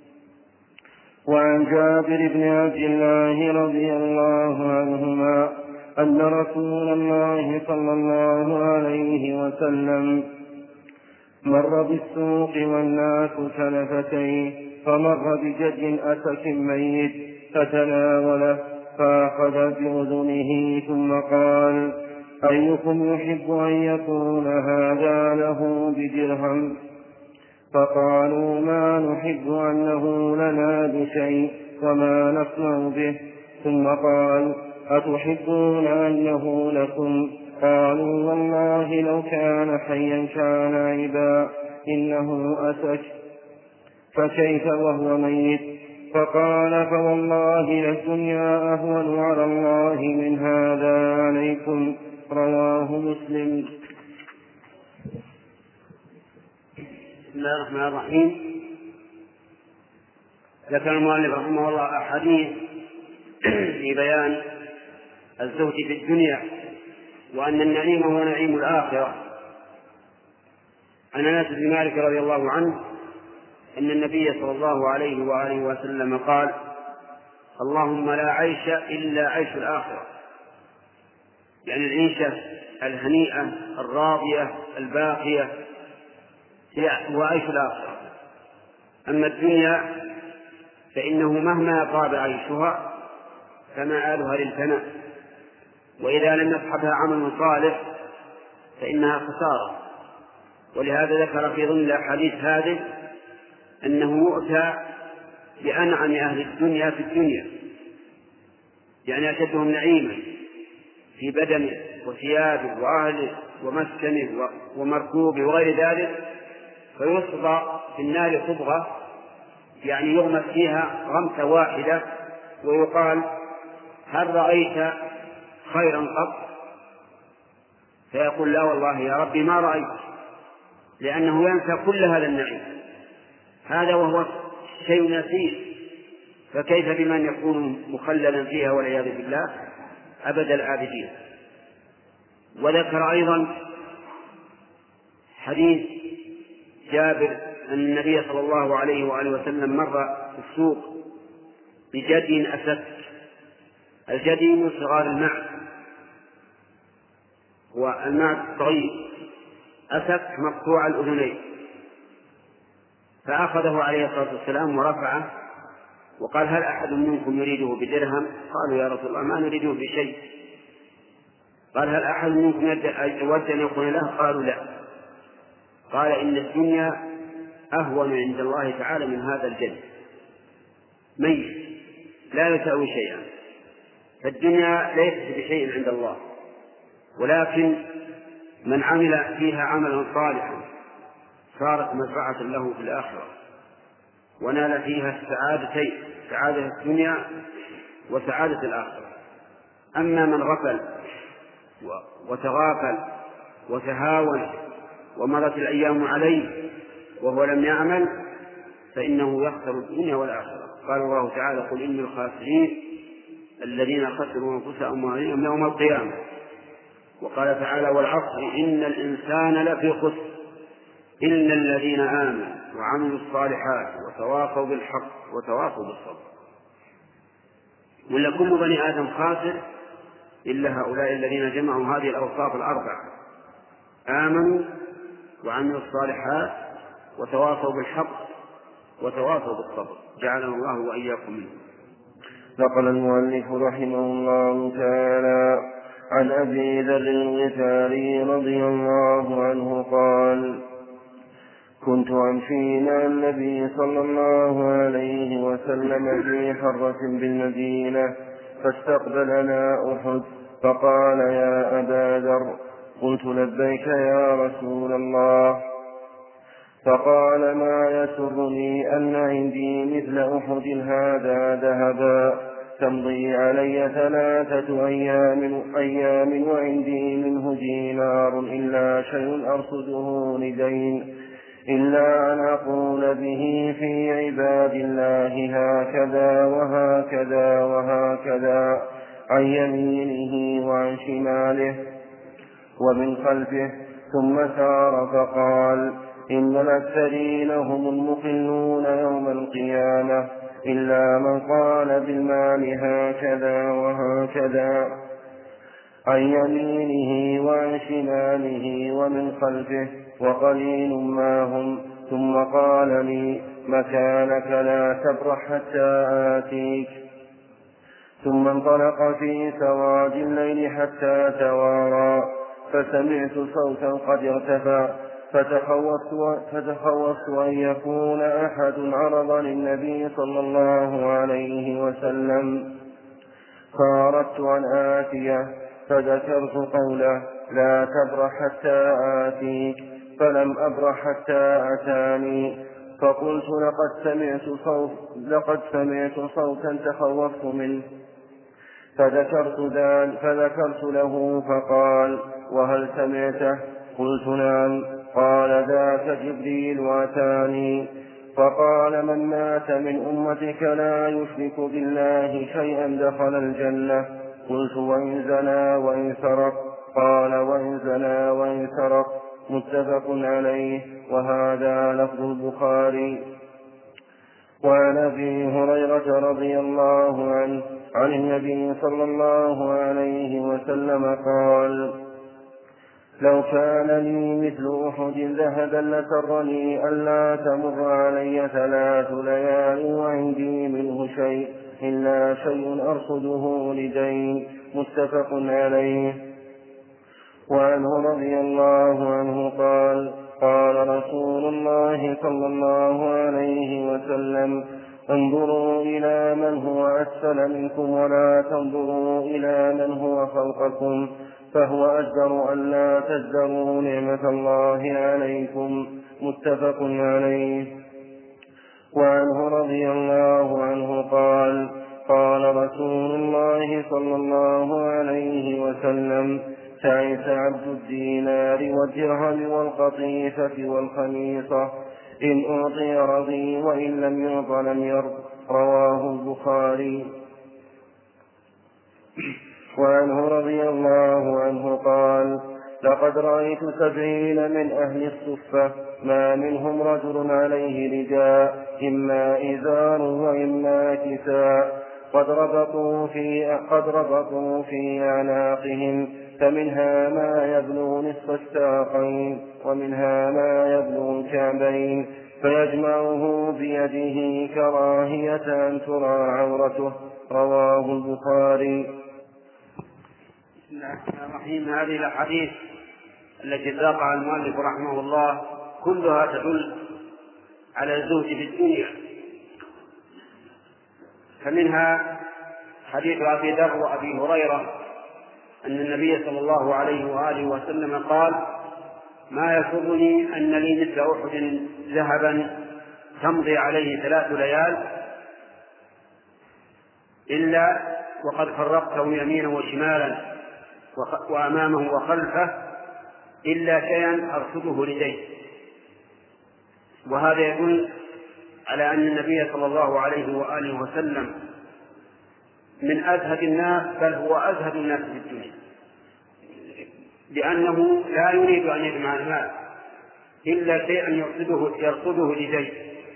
[SPEAKER 3] وعن جابر بن عبد الله رضي الله عنهما أن رسول الله صلى الله عليه وسلم مر بالسوق والناس كنفتين، فمر بجد أسك ميت فتناوله فأخذ بأذنه ثم قال: أيكم يحب أن يكون هذا له بدرهم؟ فقالوا: ما نحب أنه لنا بشيء وما نصنع به. ثم قال: أتحبون أنه لكم؟ قالوا: والله لو كان حيا كان عيبا، إنه أسك، فكيف وهو ميت؟ فقال: فوالله للدنيا أهون على الله من هذا عليكم. رواه مسلم.
[SPEAKER 4] بسم الله الرحمن الرحيم. ذكر المؤلف رحمه الله أحاديث في بيان الزهد في الدنيا وأن النعيم هو نعيم الآخرة. عن أنس بن مالك رضي الله عنه أن النبي صلى الله عليه وآله وسلم قال: اللهم لا عيش إلا عيش الآخرة، يعني العيشة الهنيئة الراضية الباقية هو عيش الآخرة. أما الدنيا فإنه مهما طاب عيشها فمآلها للفناء، وإذا لم يصحبها عمل صالح فإنها خسارة. ولهذا ذكر في ضمن الأحاديث هذه أنه يؤتى بأنعم أهل الدنيا في الدنيا، يعني أشدهم نعيما في بدنه وثيابه وأهله ومسكنه ومركوبه وغير ذلك، فيصبغ في النار صبغة، يعني يغمس فيها غمسة واحدة، ويقال: هل رأيت خيرا قط؟ فيقول: لا والله يا ربي ما رأيت، لأنه ينسى كل هذا النعيم، هذا وهو شيء يسير، فكيف بمن يكون مخللا فيها والعياذ بالله أبد الآبدين. وذكر أيضا حديث جابر أن النبي صلى الله عليه وآله وسلم مر في السوق بجدي أسك. الجدي من صغار المعز، والمعز صغير، أسك مقطوع الأذنين، فأخذه عليه الصلاة والسلام ورفعه وقال: هل أحد منكم يريده بدرهم؟ قالوا: يا رسول الله ما نريده بشيء. قال: هل أحد منكم يود أن يكون له؟ قالوا: لا. قال: إن الدنيا أهون عند الله تعالى من هذا الجد ميت لا يساوي شيئا. فالدنيا ليست بشيء عند الله، ولكن من عمل فيها عملا صالحا صارت منفعة له في الآخرة، ونال فيها السعادتين، سعادة الدنيا وسعادة الآخرة. أما من غفل وتغافل وتهاون ومرت الأيام عليه وهو لم يعمل فإنه يخسر الدنيا والآخرة. قال الله تعالى: قل إن الخاسرين الذين خسروا أنفسهم وأهليهم يوم القيامة. وقال تعالى: والعصر إن الإنسان لفي خسر إلا الذين آمنوا وعملوا الصالحات وتواصوا بالحق وتواصوا بالصبر. ولا كل بني آدم خاسر إلا هؤلاء الذين جمعوا هذه الأوصاف الأربعة: آمنوا وعملوا الصالحات وتواصوا بالحق وتواصوا بالصبر. جعلنا الله وإياكم منه.
[SPEAKER 3] نقل المؤلف رحمه الله تعالى عن أبي ذر الغفاري رضي الله عنه قال: كنت أمشي مع النبي صلى الله عليه وسلم في حرة بالمدينة فاستقبلنا أحد فقال: يا أبا ذر. قلت: لبيك يا رسول الله. فقال: ما يسرني أن عندي مثل أحد هذا ذهبا تمضي علي ثلاثة أيام, أيام وعندي منه دينار إلا شيء أرصده لدين إلا أن أقول به في عباد الله هكذا وهكذا وهكذا عن يمينه وعن شماله ومن خلفه. ثم سار فقال: إن الأكثرين هم المقلون يوم القيامة إلا من قال بالمال هكذا وهكذا عن يمينه وعن شماله ومن خلفه وقليل ما هم. ثم قال لي: مكانك لا تبرح حتى آتيك. ثم انطلق في سواد الليل حتى توارى فسمعت صوتا قد ارتفع فتخوفت, فتخوفت أن يكون أحد عرض للنبي صلى الله عليه وسلم فأردت أن آتيه فذكرت قوله: لا تبرح حتى آتيك، فلم أبرح حتى أتاني. فقلت: لقد سمعت, صوت لقد سمعت صوتا تخوفت منه. فذكرت, فذكرت له فقال: وهل سمعته؟ قلت: نعم. قال: ذاك جبريل واتاني فقال: من مات من أمتك لا يشرك بالله شيئا دخل الجنة. قلت: وإن زنى وإن سرق؟ قال: وإن زنى وإن سرق. متفق عليه، وهذا لفظ البخاري. وعن أبي هريرة رضي الله عنه عن النبي صلى الله عليه وسلم قال: لو كان لي مثل أحد ذهبا لسرني ألا تمر علي ثلاث ليال وعندي منه شيء إلا شيء أرصده لدين. متفق عليه. وعنه رضي الله عنه قال: قال رسول الله صلى الله عليه وسلم: انظروا إلى من هو أسفل منكم ولا تنظروا إلى من هو فوقكم، فهو أجدر أن لا تزدروا نعمة الله عليكم. متفق عليه. وعنه رضي الله عنه قال: قال رسول الله صلى الله عليه وسلم: تعس عبد الدينار والدرهم والقطيفة والخميصة، إن أعطي رضي وإن لم يعط لم يرض. رواه البخاري. وعنه رضي الله عنه قال: لقد رأيت سبعين من أهل الصفة ما منهم رجل عليه رداء إما إزار وإما كساء قد ربطوا في, قد ربطوا في أعناقهم، فمنها ما يبلغ نصف الساقين ومنها ما يبلغ الكعبين، فيجمعه بيده كراهية أن ترى عورته. رواه البخاري.
[SPEAKER 4] بسم الله الرحمن الرحيم. هذه الأحاديث التي ذاقها المؤلف رحمه الله كلها تدل على الزهد في الدنيا، فمنها حديث أبي ذر وأبي هريرة أن النبي صلى الله عليه وآله وسلم قال: ما يسرني أن لي مثل أحد ذهبا تمضي عليه ثلاث ليال إلا وقد فرقته يمينا وشمالا وأمامه وخلفه إلا شيئا أرصده لديه. وهذا يدل على أن النبي صلى الله عليه وآله وسلم من أزهد الناس، بل هو أزهد الناس في الدنيا، لأنه لا يريد أن يجمع المال إلا شيئا يرصده يرصده لزيد.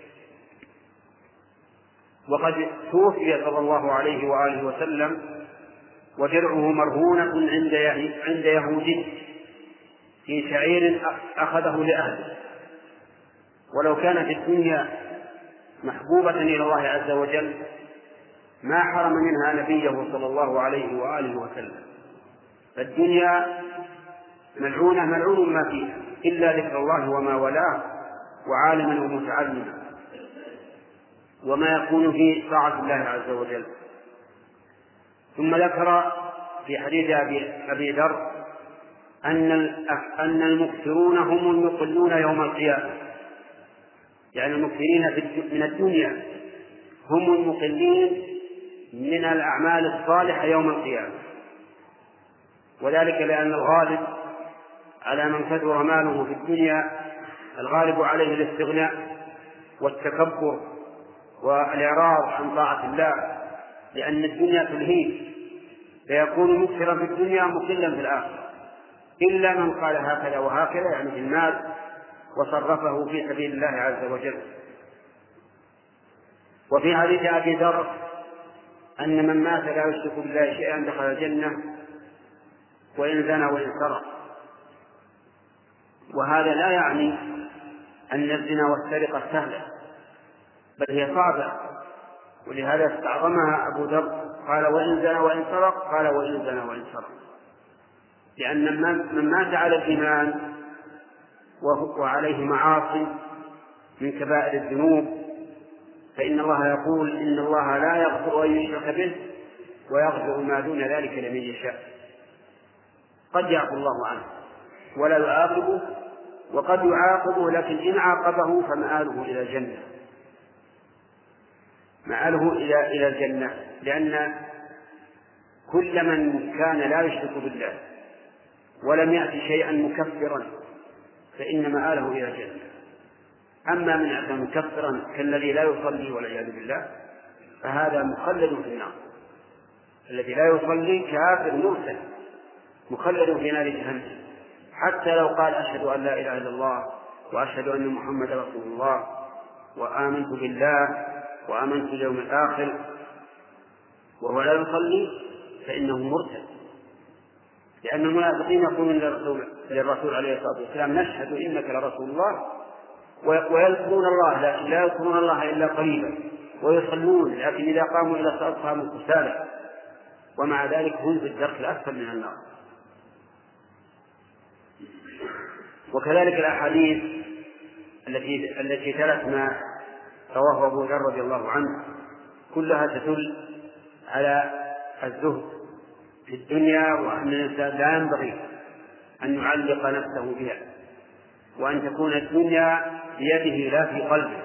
[SPEAKER 4] وقد توفي صلى الله عليه وآله وسلم ودرعه مرهونة عند عند يهودي في شعير أخذه لأهله، ولو كانت الدنيا محبوبة إلى الله عز وجل ما حرم منها نبيه صلى الله عليه وآله وسلم. فالدنيا ملعونة ملعون ما فيها إلا ذكر الله وما ولاه وعالما ومتعلما وما يكون في طاعة الله عز وجل. ثم ذكر في حديث أبي ذر أن أن المكثرون هم المقلون يوم القيامة، يعني المكثرين من الدنيا هم المقلين من الأعمال الصالحة يوم القيامة، وذلك لأن الغالب على من كثر ماله في الدنيا الغالب عليه الاستغناء والتكبر والإعراض عن طاعة الله، لأن الدنيا تلهيه، فيكون مكثرا في الدنيا مقلا في الآخرة، إلا من قال هكذا وهكذا يعني في المال وصرفه في سبيل الله عز وجل. وفي حديث أبي ذر أن من مات لا يشرك بالله شيئا دخل الجنة وإن زنى وإن سرق. وهذا لا يعني أن الزنا والسرقة سهلة، بل هي صعبة، ولهذا استعظمها أبو ذر قال وإن زنى وإن سرق، قال وإن زنى وإن سرق، لأن من مات على الإيمان وعليه معاصي من كبائر الذنوب فإن الله يقول إن الله لا يغفر أن يشرك به ويغفر ما دون ذلك لمن يشاء. قد يعفو الله عنه ولا يعاقبه، وقد يعاقبه لكن إن عاقبه فمآله إلى الجنة، مآله إلى إلى الجنة، لأن كل من كان لا يشرك بالله ولم يأتي شيئا مكفرا فإن مآله إلى الجنة. أما من أتى مكفرا كالذي لا يصلي والعياذ بالله فهذا مخلد في النار. الذي لا يصلي كافر مرتد مخلد في نار جهنم، حتى لو قال أشهد أن لا إله إلا الله وأشهد أن محمدا رسول الله وآمنت بالله وآمنت باليوم الآخر وهو لا يصلي فإنه مرتد، لأن المنافقين يقولون للرسول, للرسول عليه الصلاة والسلام نشهد إنك لرسول الله ويذكرون الله لكن لا يذكرون الله إلا قليلا، ويصلون لكن إذا قاموا إلى الصلاة قاموا كسالى، ومع ذلك هم في الدرك الأسفل من النار. وكذلك الأحاديث التي التي تلت ما رواه أبو ذر رضي الله عنه كلها تدل على الزهد في الدنيا، وأن الإنسان لا ينبغي أن يعلق نفسه بها، وأن تكون الدنيا بيده لا في قلبه،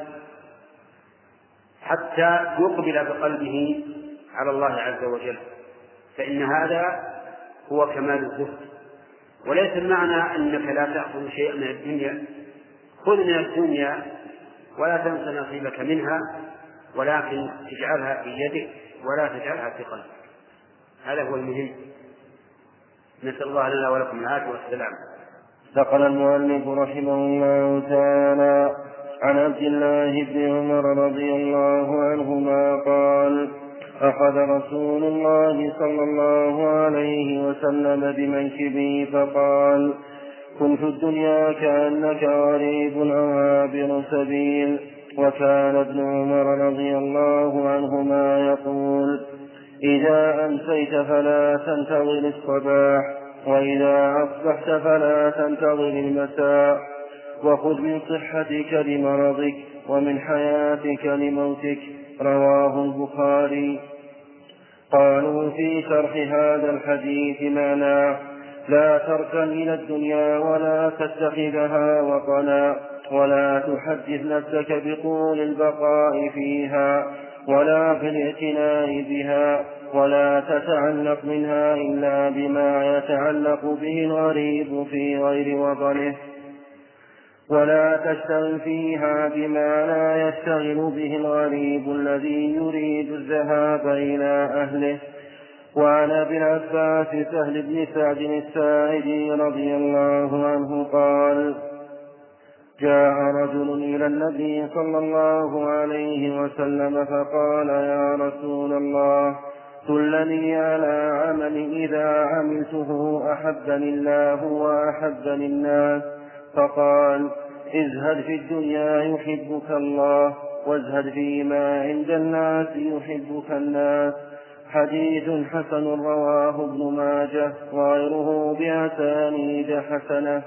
[SPEAKER 4] حتى يقبل بقلبه على الله عز وجل، فإن هذا هو كمال الزهد. وليس المعنى أنك لا تأخذ شيئا من الدنيا، خذ من الدنيا ولا تنس نصيبك منها، ولكن تجعلها في يدك ولا تجعلها في قلبك، هذا هو المهم. نسأل الله لنا ولكم العافية والسلام.
[SPEAKER 3] نقل المؤلف رحمه الله تعالى عن عبد الله بن عمر رضي الله عنهما قال أخذ رسول الله صلى الله عليه وسلم بمنكبه فقال كن في الدنيا كأنك غريب أو عابر سبيل. وكان ابن عمر رضي الله عنهما يقول إذا أمسيت فلا تنتظر الصباح، وإذا أصبحت فلا تنتظر المساء، وخذ من صحتك لمرضك ومن حياتك لموتك. رواه البخاري. قالوا في شرح هذا الحديث معناه لا تركن إلى الدنيا ولا تتخذها وطنا، ولا تحدث نفسك بطول البقاء فيها ولا في الاعتناء بها، ولا تتعلق منها إلا بما يتعلق به الغريب في غير وطنه. ولا تشتغل فيها بما لا يشتغل به الغريب الذي يريد الذهاب إلى أهله. وعن أبي العباس سهل بن سعد الساعدي رضي الله عنه قال: جاء رجل إلى النبي صلى الله عليه وسلم فقال: يا رسول الله، دلني على عمل إذا عملته أحبني الله وأحبني الناس. فقال: ازهد في الدنيا يحبك الله، وازهد فيما عند الناس يحبك الناس. حديث حسن رواه ابن ماجه وغيره بأسانيد حسنة.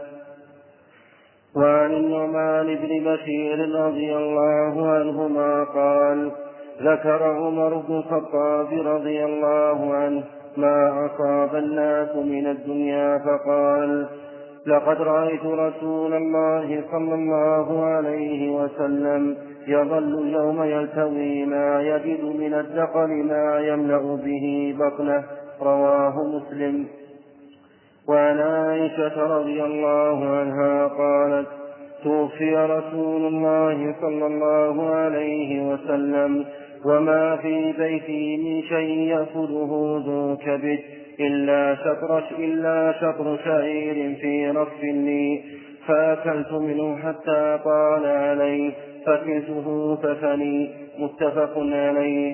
[SPEAKER 3] وعن النعمان بن بشير رضي الله عنهما قال: ذكر عمر بن الخطاب رضي الله عنه ما أصاب الناس من الدنيا فقال: لقد رأيت رسول الله صلى الله عليه وسلم يظل اليوم يلتوي ما يجد من الدقل ما يملأ به بطنه. رواه مسلم. وعن عائشة رضي الله عنها قالت: توفي رسول الله صلى الله عليه وسلم وما في بيتي من شيء يأخذه ذو كبد إلا شطر, إلا شطر شعير في رف لي، فأكلت منه حتى طال عليه فكلته ففني. متفق عليه.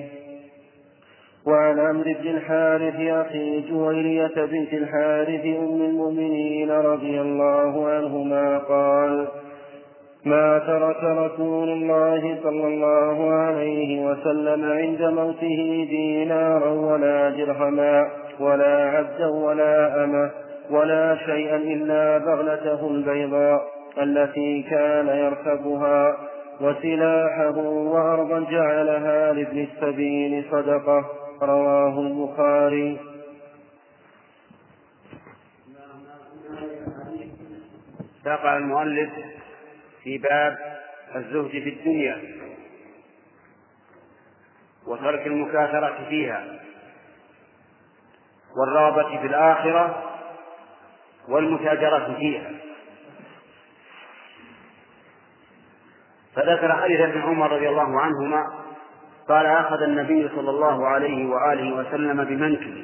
[SPEAKER 3] وعن عمرو بن الحارث أخي جويرية بنت الحارث أم المؤمنين رضي الله عنهما قال: ما ترك رسول الله صلى الله عليه وسلم عند موته دينارا ولا درهما ولا عبدا ولا أمة ولا شيئا إلا بغلته البيضاء التي كان يركبها وسلاحه وأرضا جعلها لابن السبيل صدقة. رواه البخاري.
[SPEAKER 4] ساق المؤلف في باب الزهد في الدنيا وترك المكاثرة فيها والرغبة في الآخرة والمتاجرة فيها. فذكر حديث ابن عمر رضي الله عنهما قال: أخذ النبي صلى الله عليه وآله وسلم بمنكبه،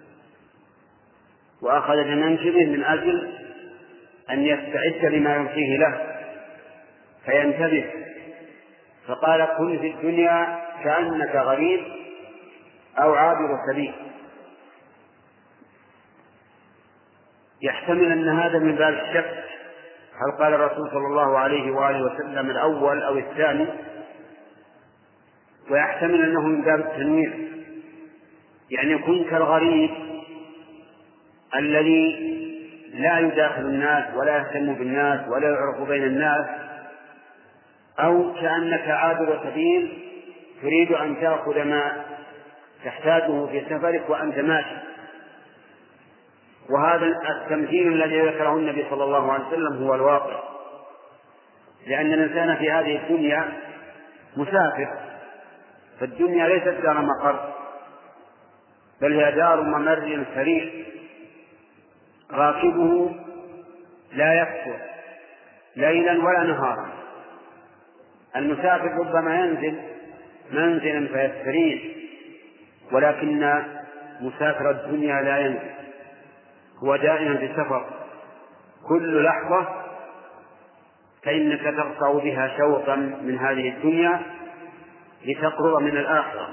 [SPEAKER 4] وأخذ بمنكبه من أجل أن يستعد لما يلقيه له فينتبه، فقال: كن في الدنيا كأنك غريب أو عابر سبيل. يحتمل أن هذا من باب الشك، هل قال الرسول صلى الله عليه وآله وسلم الأول أو الثاني؟ ويحتمل أنه من باب التنوير، يعني كن كالغريب الذي لا يداخل الناس ولا يهتم بالناس ولا يعرف بين الناس، أو كأنك عابر سبيل تريد أن تأخذ ما تحتاجه في سفرك وأنت ماشي. وهذا التمثيل الذي ذكره النبي صلى الله عليه وسلم هو الواقع، لأن الإنسان في هذه الدنيا مسافر، فالدنيا ليست دار مقر بل هي دار ممر سريع راكبه لا يكفر ليلا ولا نهارا. المسافر ربما ينزل منزلا فيستريح، ولكن مسافر الدنيا لا ينزل، هو دائما في سفر، كل لحظة فإنك تقطع بها شوطا من هذه الدنيا لتقرب من الآخرة.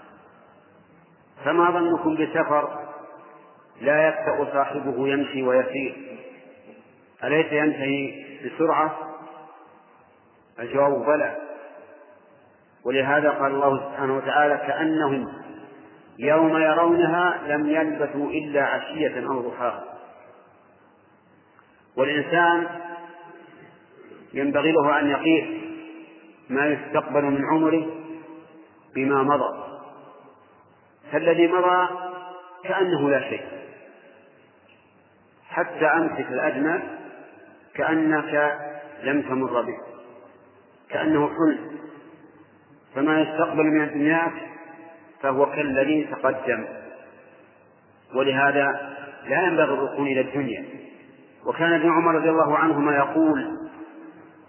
[SPEAKER 4] فما ظنكم بسفر لا يبدأ صاحبه يمشي ويسير؟ أليس ينتهي بسرعة؟ الجواب بلى. ولهذا قال الله سبحانه وتعالى: كأنهم يوم يرونها لم يلبثوا إلا عشية أو ضحاها. والإنسان ينبغي له أن يقيس ما يستقبل من عمره بما مضى، فالذي مضى كأنه لا شيء، حتى أمسك الأدنى كأنك لم تمر به، كأنه حلم. فما يستقبل من الدنيا فهو كالذي تقدم. ولهذا لا ينبغي الركون إلى الدنيا. وكان ابن عمر رضي الله عنهما يقول: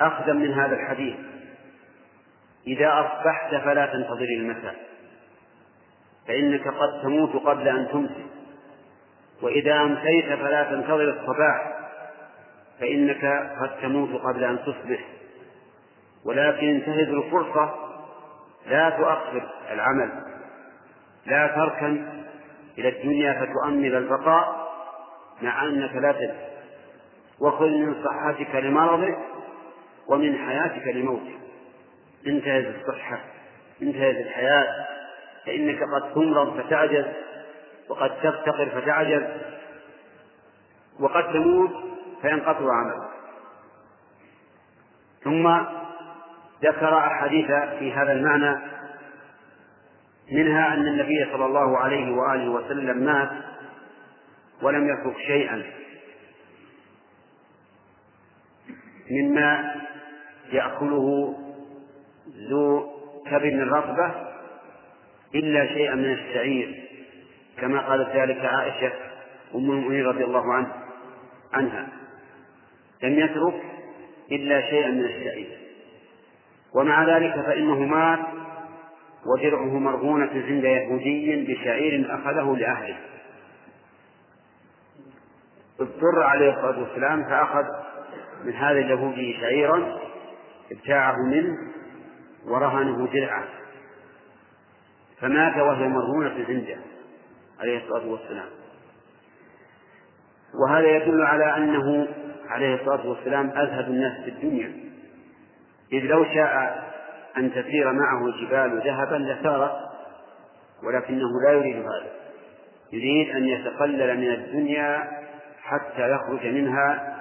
[SPEAKER 4] أخذا من هذا الحديث: إذا أصبحت فلا تنتظر المساء، فإنك قد تموت قبل أن تمسي، وإذا أمسيت فلا تنتظر الصباح، فإنك قد تموت قبل أن تصبح، ولكن انتهز الفرصة، لا تؤخر العمل، لا تركن إلى الدنيا فتؤمل البقاء مع أنك لا تدري، وخذ من صحتك لمرضك ومن حياتك لموتك. انتهز الصحة، انتهز الحياة، فإنك قد تمرض فتعجز، وقد تفتقر فتعجز، وقد تموت فينقطع عملك. ثم ذكر أحاديث في هذا المعنى، منها أن النبي صلى الله عليه وآله وسلم مات ولم يترك شيئا مما يأكله ذو كبد رطبة إلا شيئا من الشعير، كما قالت ذلك عائشة أم المؤمنين رضي الله عنه عنها، لم يترك إلا شيئا من الشعير. ومع ذلك فإنه مات ودرعه مرهونة عند يهودي بشعير أخذه لأهله، اضطر عليه الصلاة والسلام فأخذ من هذا اليهودي شعيرا ابتاعه منه ورهنه درعه، فمات وهي مرهونة عنده عليه الصلاة والسلام. وهذا يدل على أنه عليه الصلاة والسلام أزهد الناس في الدنيا، إذ لو شاء أن تسير معه الجبال ذهبا لسارت، ولكنه لا يريد هذا، يريد أن يتقلل من الدنيا حتى يخرج منها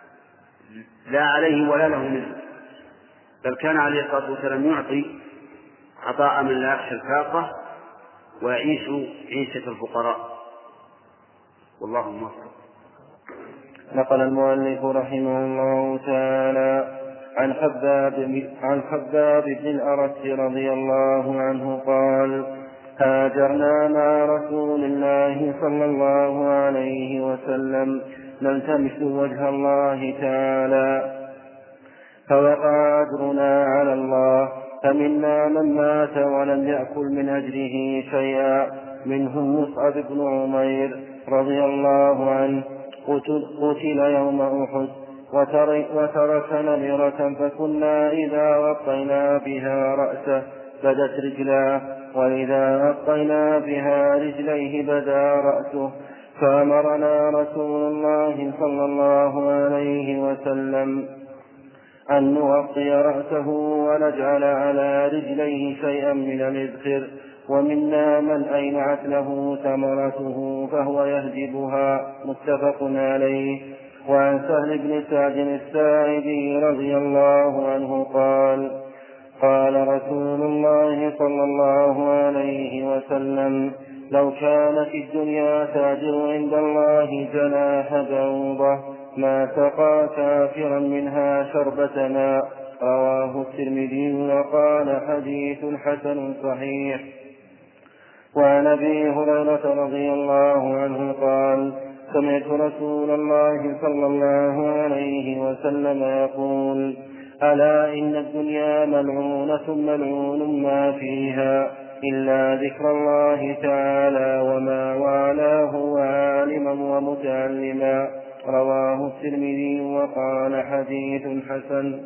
[SPEAKER 4] لا عليه ولا له منه، بل كان عليه الصلاة والسلام يعطي عطاء من لا يخشى الفاقة ويعيش عيشة الفقراء، والله موفق.
[SPEAKER 3] نقل المؤلف رحمه الله تعالى عن حباب عن حباب بن الأرت رضي الله عنه قال: هاجرنا مع رسول الله صلى الله عليه وسلم نلتمس وجه الله تعالى، فوقع أجرنا على الله، فمنا من مات ولم يأكل من أجره شيئا، منهم مصعب بن عمير رضي الله عنه قتل يوم أحد وترك نمرة، فكنا إذا غطينا بها رأسه بدت رجلاه، وإذا غطينا بها رجليه بدا رأسه، فأمرنا رسول الله صلى الله عليه وسلم أن نغطي رأسه ونجعل على رجليه شيئا من الإذخر، ومنا من أينعت له ثمرته فهو يهجبها، متفق عليه. وعن سهل بن سعد الساعدي رضي الله عنه قال: قال رسول الله صلى الله عليه وسلم: لو كان في الدنيا تاجر عند الله جناح بعوضة ما سقى كافرا منها شربة ماء، رواه الترمذي وقال حديث حسن صحيح. وعن أبي هريرة رضي الله عنه قال: سمعت رسول الله صلى الله عليه وسلم يقول: ألا إن الدنيا ملعونة ملعون ما فيها إلا ذكر الله تعالى وما والاه وعالما ومتعلما، رواه الترمذي وقال حديث حسن.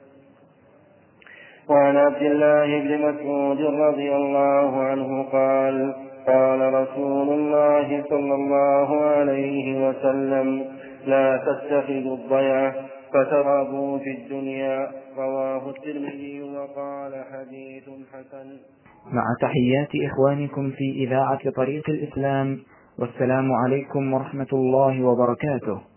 [SPEAKER 3] وعن عبد الله بن مسعود رضي الله عنه قال: قال رسول الله صلى الله عليه وسلم: لا تتخذوا الضيعة فترغبوا في الدنيا، رواه الترمذي وقال حديث حسن.
[SPEAKER 1] مع تحيات إخوانكم في إذاعة طريق الإسلام، والسلام عليكم ورحمة الله وبركاته.